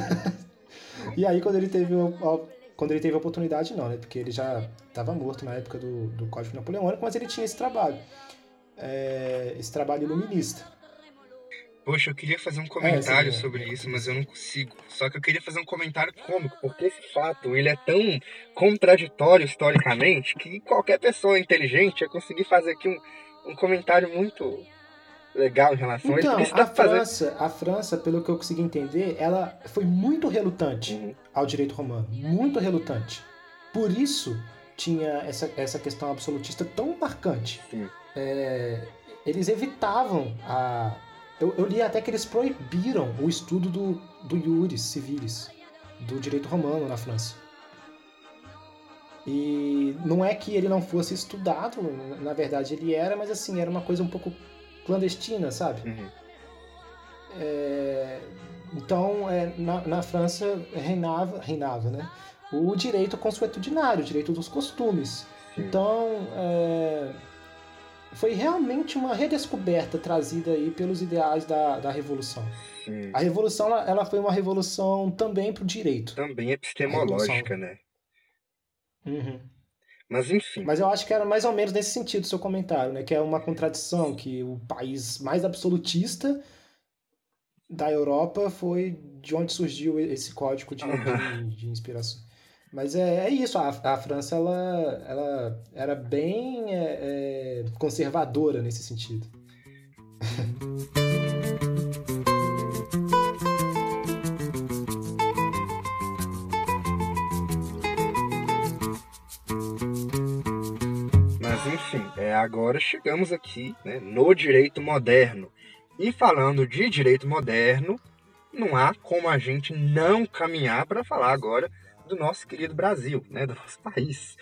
E aí, quando ele teve... Quando ele teve a oportunidade, não, né? Porque ele já estava morto na época do, do Código Napoleônico, mas ele tinha esse trabalho. É, esse trabalho iluminista. Poxa, eu queria fazer um comentário é, sim, sobre é, isso, mas eu não consigo. Só que eu queria fazer um comentário cômico, porque esse fato, ele é tão contraditório historicamente, que qualquer pessoa inteligente ia conseguir fazer aqui um, um comentário muito legal em relação então, a ele. Então, a França, fazer... a França, pelo que eu consegui entender, ela foi muito relutante uhum. ao direito romano. Muito relutante. Por isso, tinha essa, essa questão absolutista tão marcante. É, eles evitavam a... Eu, eu li até que eles proibiram o estudo do, do iuris civilis, do direito romano na França. E não é que ele não fosse estudado, na verdade ele era, mas assim, era uma coisa um pouco clandestina, sabe? Uhum. É, então, é, na, na França reinava, reinava, né? O direito consuetudinário, o direito dos costumes. Sim. Então, é, foi realmente uma redescoberta trazida aí pelos ideais da, da Revolução. Sim. A Revolução, ela, ela foi uma revolução também para o direito. Também epistemológica, né? Uhum. Mas enfim. Mas eu acho que era mais ou menos nesse sentido o seu comentário, né? Que é uma contradição, que o país mais absolutista da Europa foi de onde surgiu esse código de, de, de inspiração. Mas é, é isso, a, a França ela, ela era bem é, é, conservadora nesse sentido. Mas enfim, é, agora chegamos aqui, né, no direito moderno. E falando de direito moderno, não há como a gente não caminhar para falar agora do nosso querido Brasil, né, do nosso país.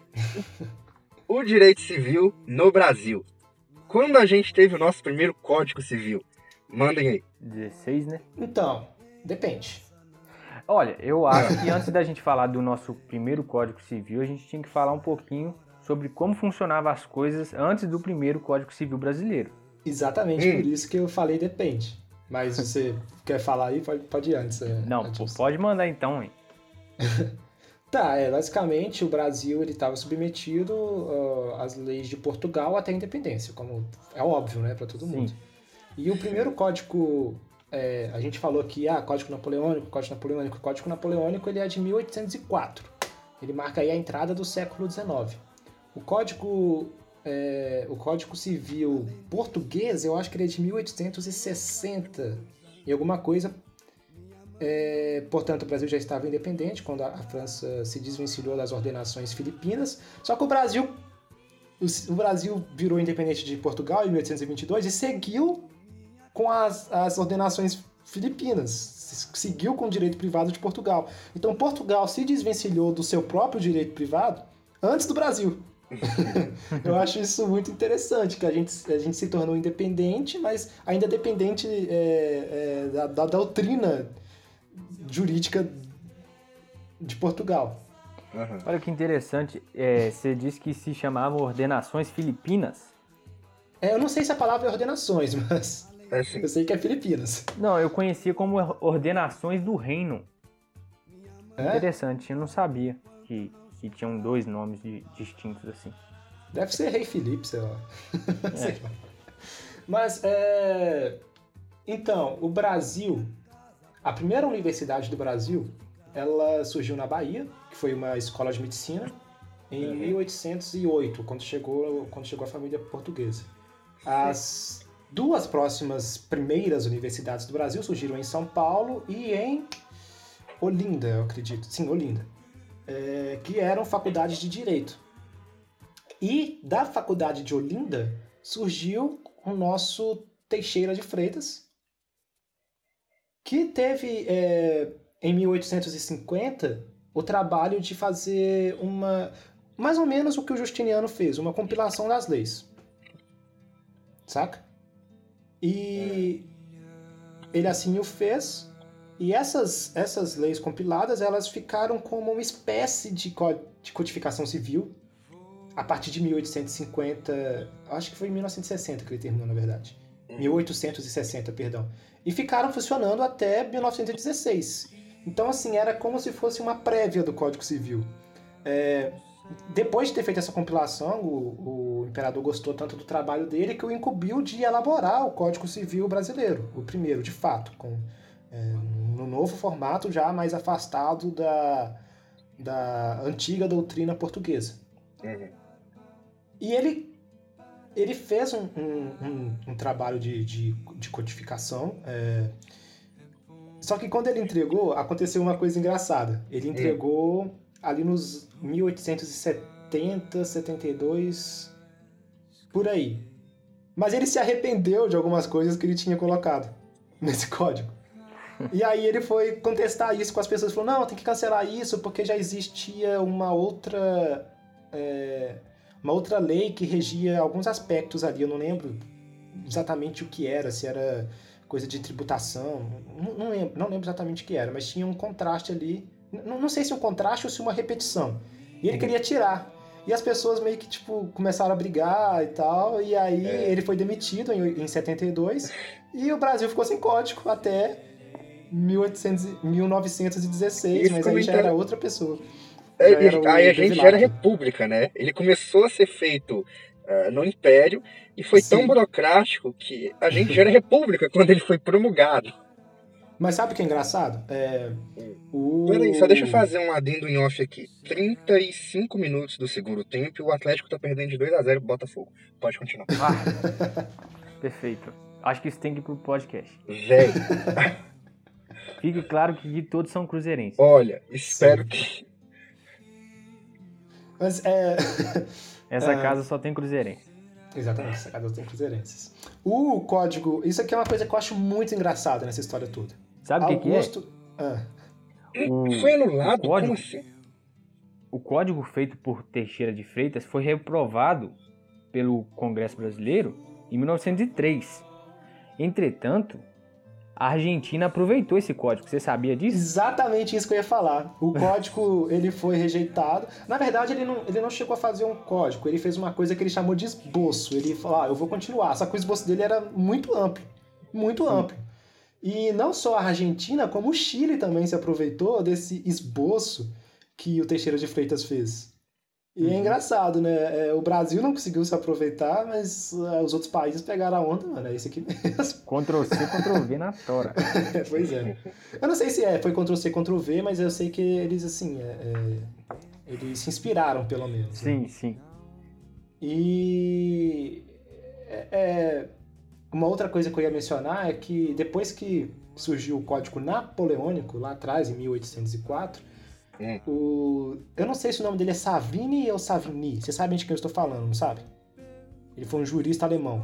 O direito civil no Brasil. Quando a gente teve o nosso primeiro Código Civil? Mandem aí. dezesseis, né? Então, depende. Olha, eu acho que antes da gente falar do nosso primeiro Código Civil, a gente tinha que falar um pouquinho sobre como funcionavam as coisas antes do primeiro Código Civil brasileiro. Exatamente Hum. por isso que eu falei depende. Mas você quer falar aí, pode, pode ir antes. é, Não, pô, Adilson. pode mandar então, hein? Tá, é, basicamente o Brasil ele estava submetido uh, às leis de Portugal até a independência, como é óbvio, né, para todo Sim. mundo. E o primeiro código, é, a gente falou aqui, ah, Código Napoleônico, Código Napoleônico, o Código Napoleônico ele é de mil oitocentos e quatro. Ele marca aí a entrada do século dezenove. O Código, é, o Código Civil português, eu acho que ele é de mil oitocentos e sessenta e alguma coisa. É, portanto, o Brasil já estava independente quando a, a França se desvencilhou das ordenações filipinas. Só que o Brasil, o, o Brasil virou independente de Portugal em mil oitocentos e vinte e dois e seguiu com as, as ordenações filipinas, seguiu com o direito privado de Portugal. Então, Portugal se desvencilhou do seu próprio direito privado antes do Brasil. Eu acho isso muito interessante, que a gente, a gente se tornou independente, mas ainda dependente é, é, da, da doutrina jurídica de Portugal. Uhum. Olha que interessante, é, você disse que se chamavam ordenações filipinas. É, eu não sei se a palavra é ordenações, mas É assim. eu sei que é Filipinas. Não, eu conhecia como ordenações do reino. É? Interessante, eu não sabia que, que tinham dois nomes de- distintos assim. Deve ser Rei Felipe, sei lá. É. Sei lá. Mas, é... então, o Brasil, a primeira universidade do Brasil, ela surgiu na Bahia, que foi uma escola de medicina, em Uhum. mil oitocentos e oito, quando chegou, quando chegou a família portuguesa. As duas próximas primeiras universidades do Brasil surgiram em São Paulo e em Olinda, eu acredito. Sim, Olinda. É, que eram faculdades de Direito. E da faculdade de Olinda surgiu o nosso Teixeira de Freitas, que teve, é, em mil oitocentos e cinquenta, o trabalho de fazer uma... mais ou menos o que o Justiniano fez, uma compilação das leis. Saca? E ele assim o fez, e essas, essas leis compiladas, elas ficaram como uma espécie de, co- de codificação civil, a partir de mil oitocentos e cinquenta, acho que foi em mil novecentos e sessenta que ele terminou, na verdade. mil oitocentos e sessenta, perdão. E ficaram funcionando até mil novecentos e dezesseis. Então, assim, era como se fosse uma prévia do Código Civil. É, depois de ter feito essa compilação, o, o imperador gostou tanto do trabalho dele que o incumbiu de elaborar o Código Civil brasileiro, o primeiro, de fato, com, é, no novo formato já mais afastado da, da antiga doutrina portuguesa. Uhum. E ele, ele fez um, um, um, um trabalho de, de, de codificação, é, só que quando ele entregou, aconteceu uma coisa engraçada. Ele entregou ali nos mil oitocentos e setenta, setenta e dois, por aí. Mas ele se arrependeu de algumas coisas que ele tinha colocado nesse código. E aí ele foi contestar isso com as pessoas. Falou, não, tem que cancelar isso porque já existia uma outra, é, uma outra lei que regia alguns aspectos ali. Eu não lembro exatamente o que era, se era coisa de tributação. Não, não, lembro, não lembro exatamente o que era, mas tinha um contraste ali. Não, não sei se um contraste ou se uma repetição. E ele queria tirar. E as pessoas meio que, tipo, começaram a brigar e tal, e aí é. ele foi demitido em, em setenta e dois, e o Brasil ficou sem código até mil novecentos e dezesseis, Isso mas aí já era outra pessoa. É, aí a gente já era república, né? Ele começou a ser feito uh, no Império, e foi Sim. tão burocrático que a gente já era república quando ele foi promulgado. Mas sabe o que é engraçado? É, o... Peraí, só deixa eu fazer um adendo em off aqui. trinta e cinco minutos do segundo tempo e o Atlético tá perdendo de dois a zero pro Botafogo. Pode continuar. Ah, perfeito. Acho que isso tem que ir pro podcast. Velho. Fique claro que todos são cruzeirenses. Olha, espero Sim. que... Mas é... Essa é... casa só tem cruzeirense. Exatamente, essa casa tem cruzeirenses. O código... Isso aqui é uma coisa que eu acho muito engraçada nessa história toda. Sabe o que, Augusto... que é? Ah. O... Foi anulado? O código, Como assim? O código feito por Teixeira de Freitas foi reprovado pelo Congresso Brasileiro em mil novecentos e três. Entretanto, a Argentina aproveitou esse código. Você sabia disso? Exatamente isso que eu ia falar. O código ele foi rejeitado. Na verdade, ele não, ele não chegou a fazer um código. Ele fez uma coisa que ele chamou de esboço. Ele falou, ah, eu vou continuar. Só que o esboço dele era muito amplo. Muito Sim. amplo. E não só a Argentina, como o Chile também se aproveitou desse esboço que o Teixeira de Freitas fez. E uhum. é engraçado, né? É, o Brasil não conseguiu se aproveitar, mas uh, os outros países pegaram a onda, mano. É isso aqui mesmo. Ctrl C, Ctrl V na tora. Pois é. Eu não sei se é, foi Ctrl C, Ctrl V, mas eu sei que eles, assim, é, é, eles se inspiraram, pelo menos. Sim, né? sim. E... É, é, uma outra coisa que eu ia mencionar é que depois que surgiu o Código Napoleônico, lá atrás, em mil oitocentos e quatro, hum. o... eu não sei se o nome dele é Savigny ou Savigny. Você sabe de quem eu estou falando, não sabe? Ele foi um jurista alemão.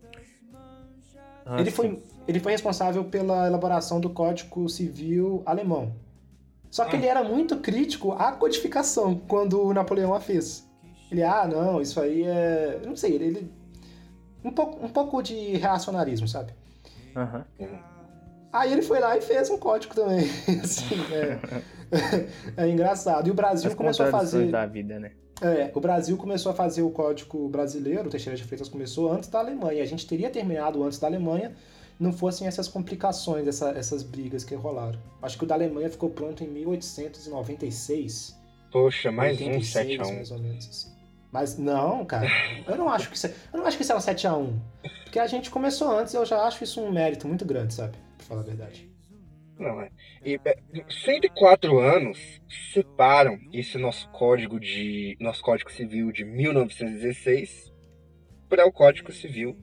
Ah, ele, foi, ele foi responsável pela elaboração do Código Civil alemão. Só que ah. ele era muito crítico à codificação quando o Napoleão a fez. Ele, ah, não, isso aí é... Eu não sei, ele... ele... Um pouco, um pouco de reacionarismo, sabe? Uhum. Aí ele foi lá e fez um código também. assim, é, é engraçado. E o Brasil As começou a fazer... da vida, né? É, o Brasil começou a fazer o código brasileiro, o Teixeira de Freitas começou antes da Alemanha. A gente teria terminado antes da Alemanha, não fossem essas complicações, essa, essas brigas que rolaram. Acho que o da Alemanha ficou pronto em mil oitocentos e noventa e seis. Poxa, mais um sete a um. Mais ou menos assim. Mas não, cara, eu não acho que isso, eu não acho que isso é um sete a um. Porque a gente começou antes, eu já acho isso um mérito muito grande, sabe? Pra falar a verdade. Não, é. E, cento e quatro anos separam esse nosso código de nosso Código Civil de mil novecentos e dezesseis para o Código Civil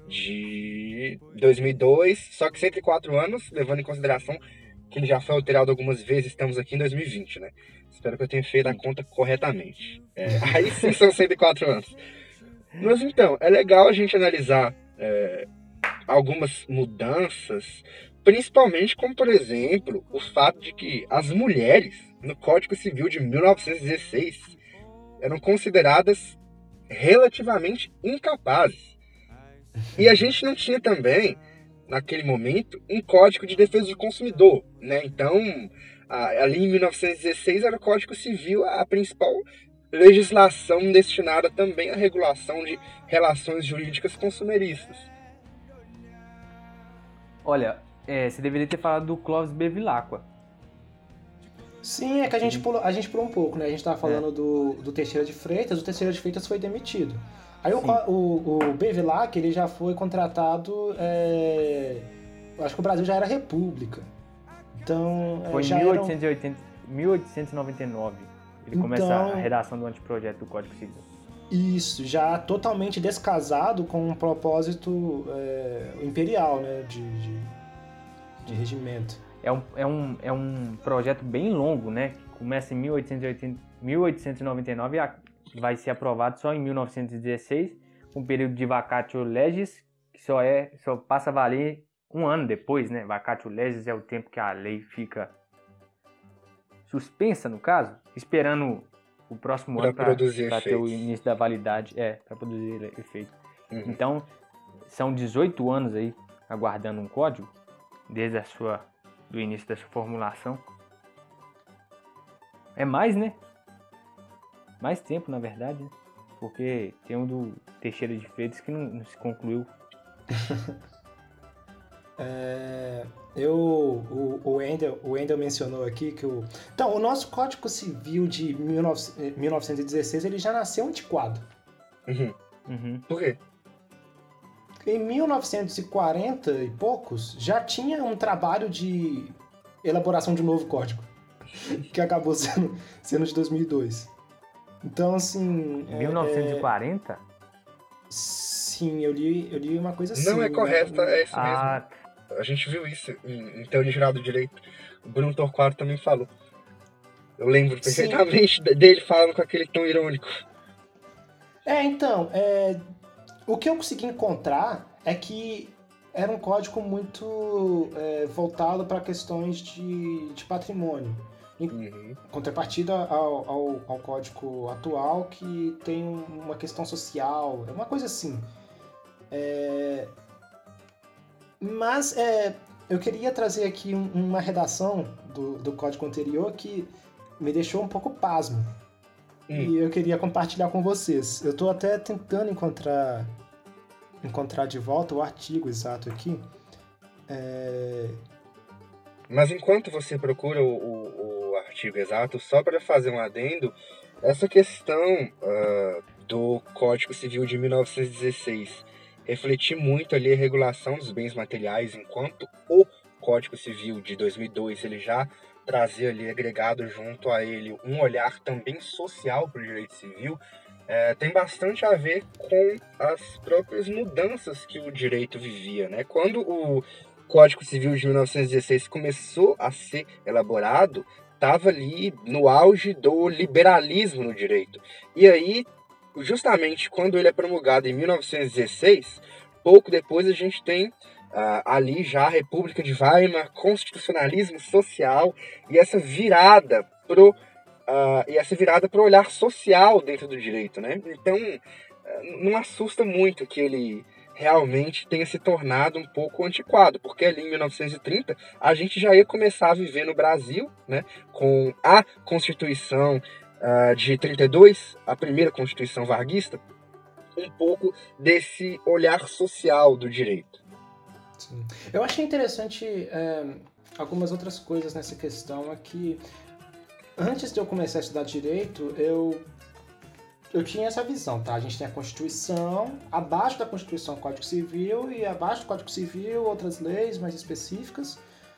de dois mil e dois, só que cento e quatro anos, levando em consideração que ele já foi alterado algumas vezes, estamos aqui em dois mil e vinte, né? Espero que eu tenha feito a conta corretamente. É, aí sim são cento e quatro anos. Mas então, é legal a gente analisar é, algumas mudanças, principalmente como, por exemplo, o fato de que as mulheres no Código Civil de mil novecentos e dezesseis eram consideradas relativamente incapazes. E a gente não tinha também, naquele momento, um Código de Defesa do Consumidor, né? Então, ali em mil novecentos e dezesseis era o Código Civil a principal legislação destinada também à regulação de relações jurídicas consumeristas. Olha, é, você deveria ter falado do Clóvis Bevilacqua. Sim, é que a gente pulou, a gente pulou um pouco, né? A gente estava falando é. do, do Teixeira de Freitas, o Teixeira de Freitas foi demitido. Aí o, o, o Bevilacqua, ele já foi contratado, é, acho que o Brasil já era república. Então, foi em já mil oitocentos e oitenta, mil oitocentos e noventa e nove. Ele então, começa a redação do anteprojeto do Código Civil. Isso, já totalmente descasado com um propósito é, imperial, né, de, de, de regimento. É um, é, um, é um projeto bem longo, né, que começa em mil oitocentos e oitenta, mil oitocentos e noventa e nove e vai ser aprovado só em mil novecentos e dezesseis, um período de vacatio legis, que só, é, só passa a valer um ano depois, né? Vacatio legis é o tempo que a lei fica suspensa, no caso, esperando o próximo Pra ano para produzir ter o efeitos. início da validade, é, para produzir efeito. Uhum. Então, são dezoito anos aí aguardando um código, desde a sua, do início da sua formulação. É mais, né? Mais tempo, na verdade, né? Porque tem um do Teixeira de Freitas que não, não se concluiu. É, eu, o, o, Wendel, o Wendel mencionou aqui que o... Então, o nosso Código Civil de mil novecentos e dezesseis, ele já nasceu antiquado. Uhum. Uhum. Por quê? Em mil novecentos e quarenta e poucos, já tinha um trabalho de elaboração de um novo código, que acabou sendo, sendo de dois mil e dois. Então, assim... mil novecentos e quarenta? É, sim, eu li, eu li uma coisa assim. Não é correto, né? é isso Ah, mesmo. A gente viu isso em, em Teoria Geral do Direito. O Bruno Torquato também falou. Eu lembro Sim. perfeitamente dele falando com aquele tom irônico. É, então, é, o que eu consegui encontrar é que era um código muito é, voltado para questões de, de patrimônio. Em Uhum. contrapartida ao, ao, ao código atual, que tem uma questão social, é uma coisa assim. É, mas é, eu queria trazer aqui um, uma redação do, do código anterior que me deixou um pouco pasmo. Hum. E eu queria compartilhar com vocês. Eu estou até tentando encontrar, encontrar de volta o artigo exato aqui. É... Mas enquanto você procura o, o, o artigo exato, só para fazer um adendo, essa questão uh, do Código Civil de mil novecentos e dezesseis refletir muito ali a regulação dos bens materiais, enquanto o Código Civil de dois mil e dois ele já trazia ali agregado junto a ele um olhar também social para o direito civil, é, tem bastante a ver com as próprias mudanças que o direito vivia, né? Quando o Código Civil de mil novecentos e dezesseis começou a ser elaborado, estava ali no auge do liberalismo no direito. E aí, justamente quando ele é promulgado em mil novecentos e dezesseis, pouco depois a gente tem Uh, ali já a República de Weimar, constitucionalismo social e essa virada pro uh, e essa virada pro olhar social dentro do direito, né? Então uh, não assusta muito que ele realmente tenha se tornado um pouco antiquado, porque ali em mil novecentos e trinta a gente já ia começar a viver no Brasil, né, com a Constituição uh, de trinta e dois, a primeira Constituição varguista, um pouco desse olhar social do direito. Sim. Eu achei interessante é, algumas outras coisas nessa questão. É que antes de eu começar a estudar direito, eu, eu tinha essa visão, tá? A gente tem a Constituição, abaixo da Constituição, o Código Civil, e abaixo do Código Civil, outras leis mais específicas.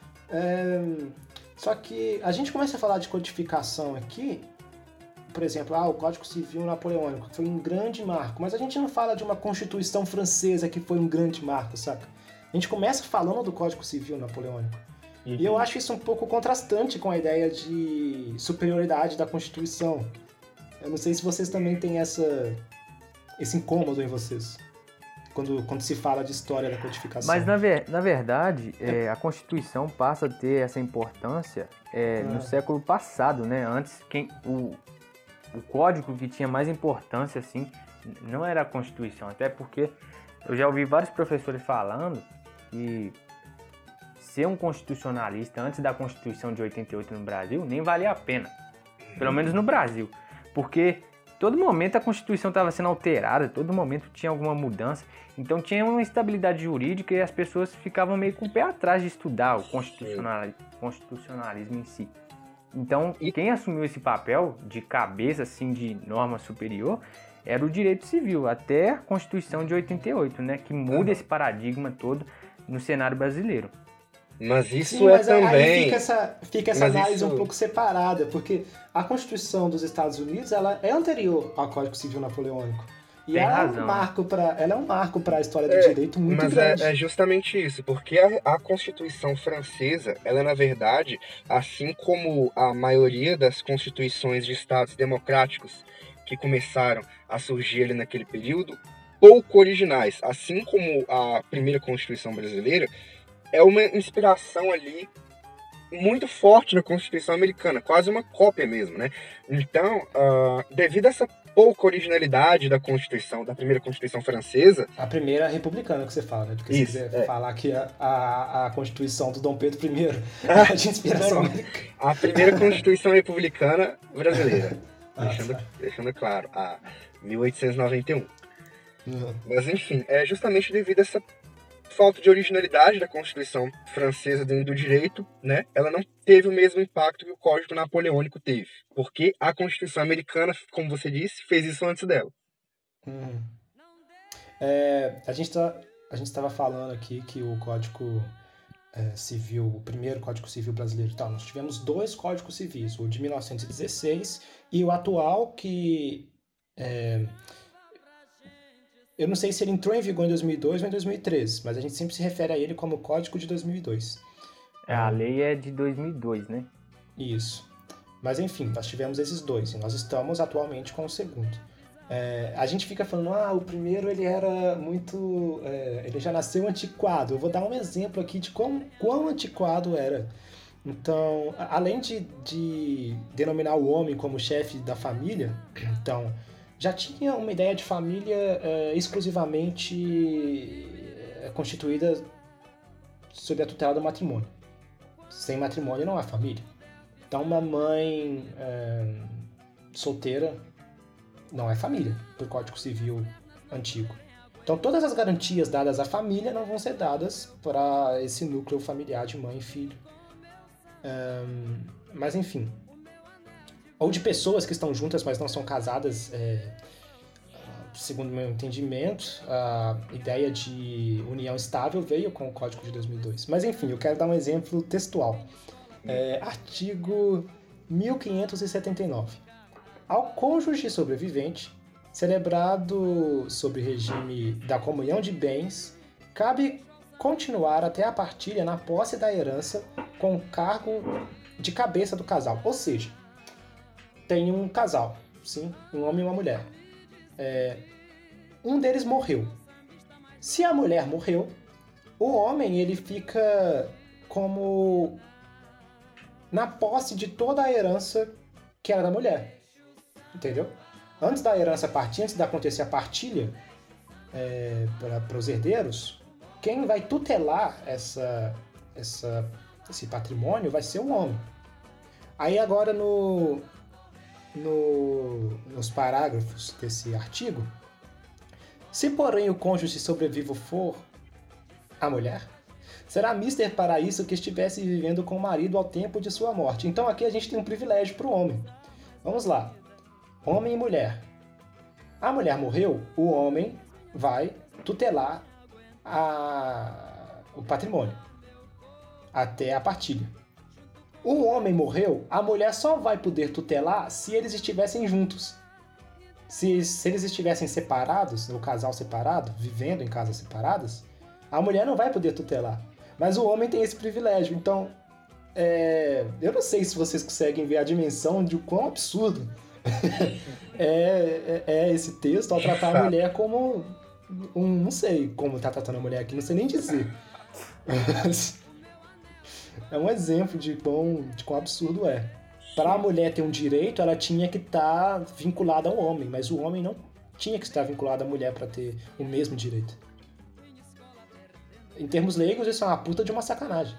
É, só que a gente começa a falar de codificação aqui, por exemplo, ah, o Código Civil Napoleônico, que foi um grande marco, mas a gente não fala de uma Constituição francesa que foi um grande marco, saca? A gente começa falando do Código Civil Napoleônico. Uhum. E eu acho isso um pouco contrastante com a ideia de superioridade da Constituição. Eu não sei se vocês também têm essa, esse incômodo em vocês, quando, quando se fala de história da codificação. Mas, na, ver, na verdade, é, a Constituição passa a ter essa importância é, ah. no século passado, né? Antes, quem, o, o código que tinha mais importância, assim, não era a Constituição. Até porque eu já ouvi vários professores falando que ser um constitucionalista antes da Constituição de oitenta e oito no Brasil nem valia a pena. Pelo menos no Brasil. Porque todo momento a Constituição estava sendo alterada, todo momento tinha alguma mudança. Então tinha uma instabilidade jurídica e as pessoas ficavam meio com o pé atrás de estudar o constitucional, constitucionalismo em si. Então quem assumiu esse papel de cabeça assim, de norma superior era o direito civil, até a Constituição de oitenta e oito, né, que muda esse paradigma todo no cenário brasileiro. Mas isso Sim, é mas também... Aí fica essa, fica essa análise isso... um pouco separada, porque a Constituição dos Estados Unidos ela é anterior ao Código Civil Napoleônico. E Tem ela, razão. É um marco pra, ela é um marco para a história do é, direito muito mas grande. Mas é, é justamente isso, porque a, a Constituição francesa, ela na verdade, assim como a maioria das constituições de estados democráticos que começaram a surgir ali naquele período, pouco originais, assim como a primeira Constituição brasileira, é uma inspiração ali muito forte na Constituição americana, quase uma cópia mesmo, né? Então, uh, devido a essa pouca originalidade da Constituição, da primeira Constituição francesa... A primeira republicana que você fala, né? Porque Isso, se quiser é. falar que a, a, a Constituição do Dom Pedro I é de inspiração americana. A primeira Constituição republicana brasileira, Ah, deixando, tá. deixando claro, a mil oitocentos e noventa e um. Uhum. Mas, enfim, é justamente devido a essa falta de originalidade da Constituição francesa dentro do direito, né? Ela não teve o mesmo impacto que o Código Napoleônico teve, porque a Constituição americana, como você disse, fez isso antes dela. Uhum. É, a gente tá, a gente estava falando aqui que o Código é, Civil, o primeiro Código Civil brasileiro e tal, nós tivemos dois Códigos Civis, o de mil novecentos e dezesseis e o atual que... É, eu não sei se ele entrou em vigor em dois mil e dois ou em dois mil e treze, mas a gente sempre se refere a ele como Código de dois mil e dois. A lei é de dois mil e dois, né? Isso. Mas enfim, nós tivemos esses dois e nós estamos atualmente com o segundo. É, a gente fica falando, ah, o primeiro ele era muito... É, ele já nasceu antiquado. Eu vou dar um exemplo aqui de quão, quão antiquado era. Então, além de, de denominar o homem como chefe da família, então... já tinha uma ideia de família é, exclusivamente é, constituída sob a tutela do matrimônio. Sem matrimônio não há família. Então uma mãe é, solteira não é família, por Código Civil antigo. Então todas as garantias dadas à família não vão ser dadas para esse núcleo familiar de mãe e filho. É, mas enfim... ou de pessoas que estão juntas, mas não são casadas, é, segundo o meu entendimento, a ideia de união estável veio com o Código de dois mil e dois. Mas enfim, eu quero dar um exemplo textual. É, artigo mil quinhentos e setenta e nove. Ao cônjuge sobrevivente, celebrado sob regime da comunhão de bens, cabe continuar até a partilha na posse da herança com cargo de cabeça do casal. Ou seja, tem um casal, sim, um homem e uma mulher. É, um deles morreu. Se a mulher morreu, o homem ele fica como na posse de toda a herança que era da mulher. Entendeu? Antes da herança partir, antes de acontecer a partilha é, para os herdeiros, quem vai tutelar essa, essa, esse patrimônio vai ser o homem. Aí agora no... No, nos parágrafos desse artigo, se porém o cônjuge sobrevivo for a mulher, será mister para isso que estivesse vivendo com o marido ao tempo de sua morte. Então aqui a gente tem um privilégio para o homem. Vamos lá. Homem e mulher. A mulher morreu, o homem vai tutelar a, o patrimônio até a partilha. O homem morreu, a mulher só vai poder tutelar se eles estivessem juntos. Se, se eles estivessem separados, o casal separado, vivendo em casas separadas, a mulher não vai poder tutelar. Mas o homem tem esse privilégio. Então, é, eu não sei se vocês conseguem ver a dimensão de o quão absurdo é, é, é esse texto ao tratar a mulher como... Um, não sei como tá tratando a mulher aqui, não sei nem dizer. Mas... é um exemplo de quão, de quão absurdo é. Para a mulher ter um direito, ela tinha que estar vinculada ao homem, mas o homem não tinha que estar vinculado à mulher para ter o mesmo direito. Em termos leigos, isso é uma puta de uma sacanagem.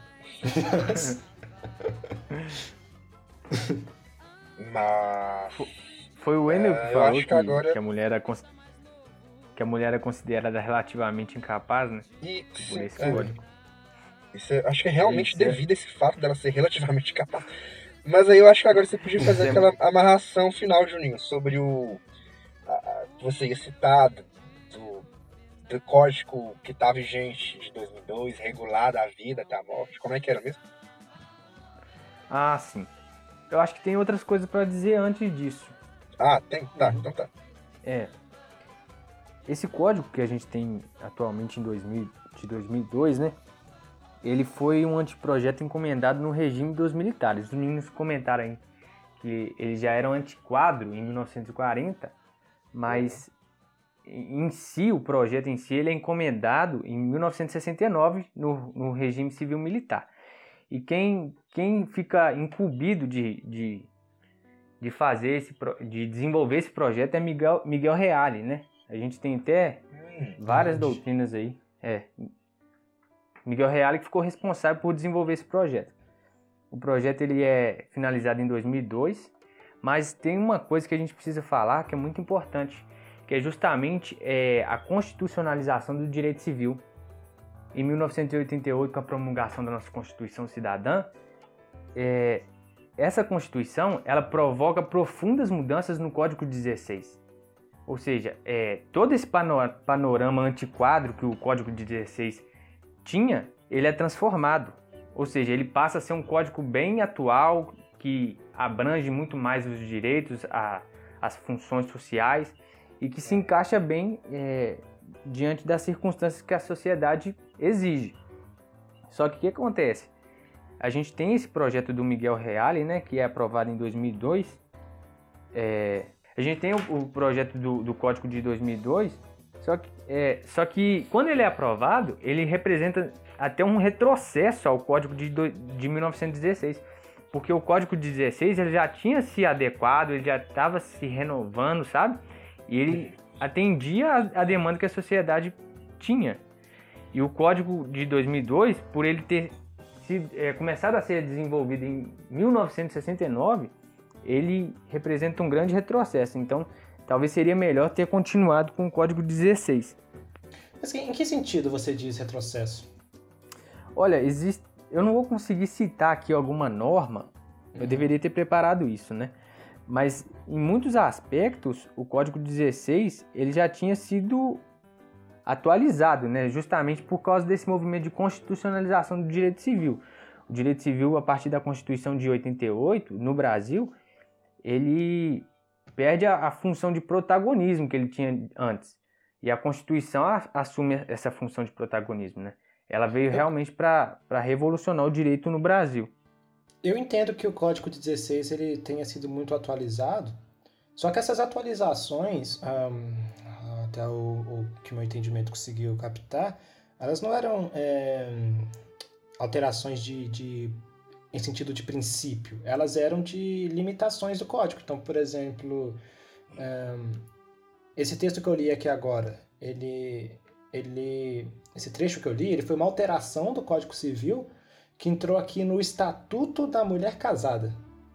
Mas... Foi o Enel É, que eu falou acho que, que agora- que a mulher era cons- que a mulher é considerada relativamente incapaz, né? E, Por esse é, código. isso é- acho que é realmente Isso é. devido a esse fato dela ser relativamente capaz. Mas aí eu acho que agora você podia fazer Isso é- aquela amarração final, Juninho, sobre o... a- a- que você ia citar do, do código que tá vigente de dois mil e dois, regulado a vida até a morte. Como é que era mesmo? Ah, sim. Eu acho que tem outras coisas para dizer antes disso. Ah, tem? Tá, então tá. É. Esse código que a gente tem atualmente em dois mil, de dois mil e dois, né? Ele foi um anteprojeto encomendado no regime dos militares. Os meninos comentaram aí que ele já era um antiquado em mil novecentos e quarenta, mas em si, o projeto em si, ele é encomendado em mil novecentos e sessenta e nove no, no regime civil militar. E quem, quem fica incumbido de, de, de fazer esse, de desenvolver esse projeto é Miguel, Miguel Reale, né? A gente tem até hum, várias entendi. doutrinas aí. É. Miguel Reale que ficou responsável por desenvolver esse projeto. O projeto ele é finalizado em dois mil e dois, mas tem uma coisa que a gente precisa falar que é muito importante, que é justamente é, a constitucionalização do direito civil. Em mil novecentos e oitenta e oito, com a promulgação da nossa Constituição Cidadã, é, essa Constituição ela provoca profundas mudanças no Código dezesseis. Ou seja, é, todo esse panorama antiquado que o Código dezesseis tinha, ele é transformado. Ou seja, ele passa a ser um código bem atual, que abrange muito mais os direitos, a, as funções sociais e que se encaixa bem é, diante das circunstâncias que a sociedade exige. Só que o que acontece? A gente tem esse projeto do Miguel Reale, né, que é aprovado em dois mil e dois. É, a gente tem o, o projeto do, do Código de dois mil e dois, só que, é, só que quando ele é aprovado, ele representa até um retrocesso ao Código de, do, de mil novecentos e dezesseis, porque o Código de dezesseis ele já tinha se adequado, ele já estava se renovando, sabe? E ele atendia a, a demanda que a sociedade tinha. E o Código de dois mil e dois, por ele ter se, é, começado a ser desenvolvido em mil novecentos e sessenta e nove, ele representa um grande retrocesso. Então, talvez seria melhor ter continuado com o Código dezesseis. Mas em que sentido você diz retrocesso? Olha, existe, eu não vou conseguir citar aqui alguma norma, eu uhum. deveria ter preparado isso, né? Mas em muitos aspectos, o Código dezesseis ele já tinha sido atualizado, né? Justamente por causa desse movimento de constitucionalização do direito civil. O direito civil, a partir da Constituição de oitenta e oito, no Brasil, ele perde a, a função de protagonismo que ele tinha antes. E a Constituição a, assume essa função de protagonismo, né? Ela veio realmente para revolucionar o direito no Brasil. Eu entendo que o Código de dezesseis ele tenha sido muito atualizado, só que essas atualizações, um, até o, o que o meu entendimento conseguiu captar, elas não eram é, alterações de, de, em sentido de princípio, elas eram de limitações do código. Então, por exemplo, um, esse texto que eu li aqui agora, ele... Ele, esse trecho que eu li, ele foi uma alteração do Código Civil que entrou aqui no Estatuto da Mulher Casada.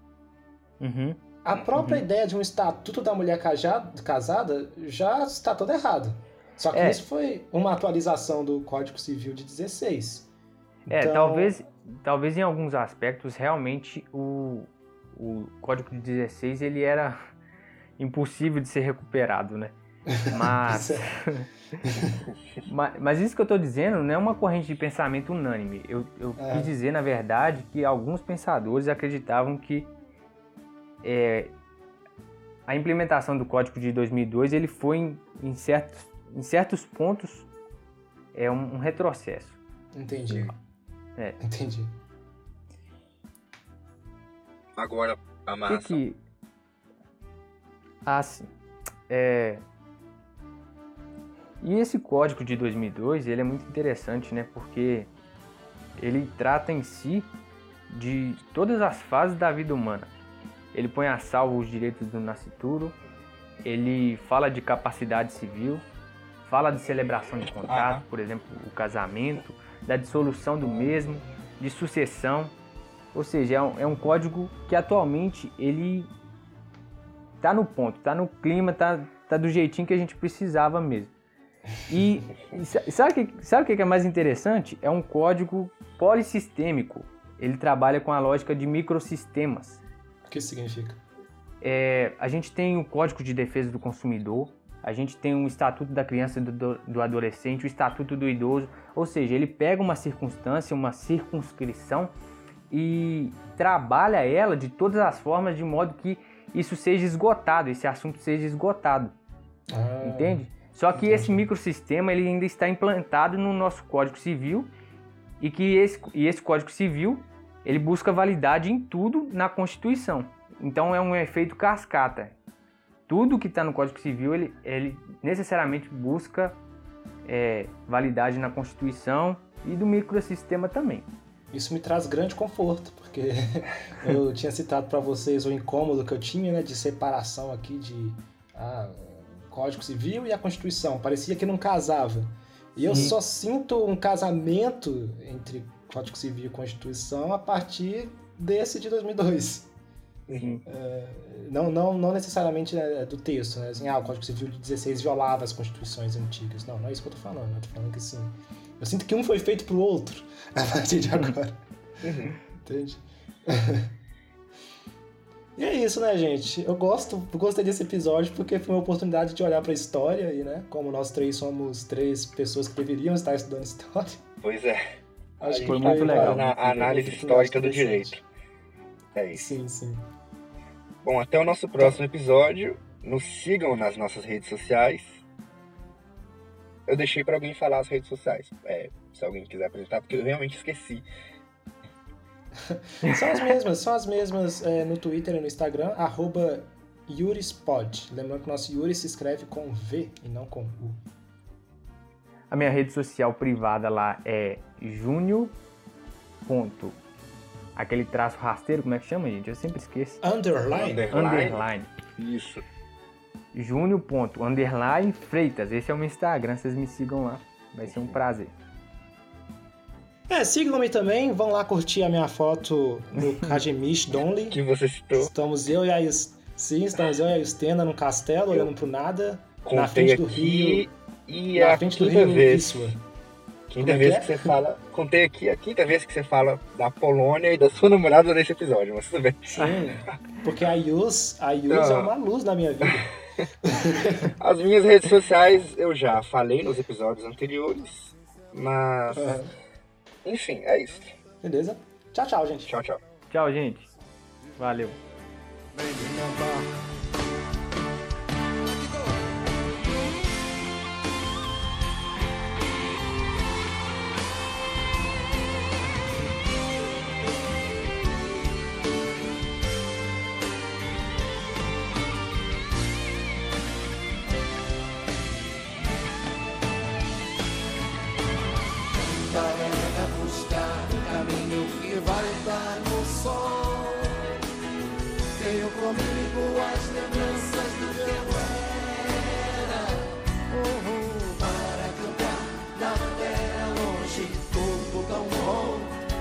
Uhum. A própria uhum. ideia de um Estatuto da Mulher casada já está toda errada. Só que é. isso foi uma atualização do Código Civil de dezesseis. É, então... talvez, talvez em alguns aspectos realmente o, o Código de dezesseis ele era impossível de ser recuperado, né? Mas, mas, mas isso que eu estou dizendo não é uma corrente de pensamento unânime. Eu, eu é. quis dizer, na verdade, que alguns pensadores acreditavam que é, a implementação do Código de dois mil e dois ele foi, em, em, certos, em certos pontos, é um, um retrocesso. Entendi. É. Entendi. Agora, a massa. Que que... Ah, sim. É... E esse Código de dois mil e dois, ele é muito interessante, né? Porque ele trata em si de todas as fases da vida humana. Ele põe a salvo os direitos do nascituro, ele fala de capacidade civil, fala de celebração de contrato, ah. por exemplo, o casamento, da dissolução do mesmo, de sucessão. Ou seja, é um, é um código que atualmente ele tá no ponto, tá no clima, tá, tá do jeitinho que a gente precisava mesmo. E, e sabe o que, sabe que é mais interessante? É um código polissistêmico. Ele trabalha com a lógica de microsistemas. O que isso significa? É, a gente tem o Código de Defesa do Consumidor, a gente tem o Estatuto da Criança e do, do Adolescente, o Estatuto do Idoso. Ou seja, ele pega uma circunstância, uma circunscrição e trabalha ela de todas as formas de modo que isso seja esgotado, esse assunto seja esgotado. Ah. Entende? Só que esse microsistema ele ainda está implantado no nosso Código Civil e que esse, e esse Código Civil ele busca validade em tudo na Constituição. Então é um efeito cascata. tudo que está no Código Civil, ele, ele necessariamente busca é, validade na Constituição e do microsistema também. Isso me traz grande conforto, porque eu tinha citado para vocês o incômodo que eu tinha, né, de separação aqui de ah, Código Civil e a Constituição. Parecia que não casava. E eu Sim. só sinto um casamento entre Código Civil e Constituição a partir desse de dois mil e dois. Uhum. É, não, não, não necessariamente é do texto, né? Assim, ah, o Código Civil de dezesseis violava as constituições antigas. Não, não é isso que eu tô falando. Eu tô falando que assim, eu sinto que um foi feito pro outro a partir de agora. Uhum. Entende? E é isso, né, gente? Eu gosto, eu gostei desse episódio porque foi uma oportunidade de olhar pra história e, né, como nós três somos três pessoas que deveriam estar estudando história. Pois é. Acho que foi muito legal. Na análise histórica do direito. É isso. Sim, sim. Bom, até o nosso próximo episódio. Nos sigam nas nossas redes sociais. Eu deixei para alguém falar as redes sociais. É, se alguém quiser apresentar, porque eu realmente esqueci. São as mesmas, são as mesmas é, no Twitter e no Instagram, arroba YurisPod. Lembrando que o nosso Yuri se escreve com V e não com U. A minha rede social privada lá é Júnior. Ponto. Aquele traço rasteiro, como é que chama, gente? Eu sempre esqueço. Underline? Underline. Underline. Isso. Júnior. Ponto. Underline Freitas. Esse é o meu Instagram, vocês me sigam lá. Vai ser um prazer. É, sigam-me também, vão lá curtir a minha foto no Kajemish Donley. Que você citou. Estamos eu e a Yus... Sim, estamos eu e a Yustena num castelo, Eu olhando pro nada, Contei na frente do aqui rio. e na a frente do quinta rio vez. Wisła. Quinta Como é vez que que, é? você fala. Contei aqui a quinta vez que você fala da Polônia e da sua namorada nesse episódio, mas tudo bem. Sim, porque a Yus, a Yus Não. é uma luz na minha vida. As minhas redes sociais eu já falei nos episódios anteriores, mas. Uhum. Enfim, é isso. Beleza? Tchau, tchau, gente. Tchau, tchau. Tchau, gente. Valeu. Carrega buscar o caminho que vai dar no sol. Tenho comigo as lembranças do teu era. Uhum. Para cantar na terra longe, todo tão bom.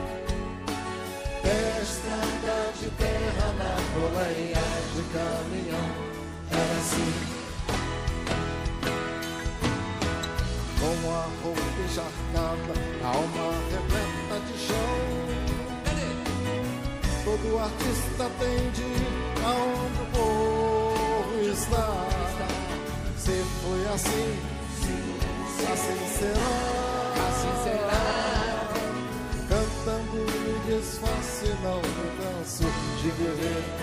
Estrada de terra na boleia de caminhão. Era assim. Com a roupa encharcada, a alma repleta de chão. Todo artista tende aonde o povo está. Se foi assim, assim será. Assim será. Cantando me desfaço, não me canso de viver.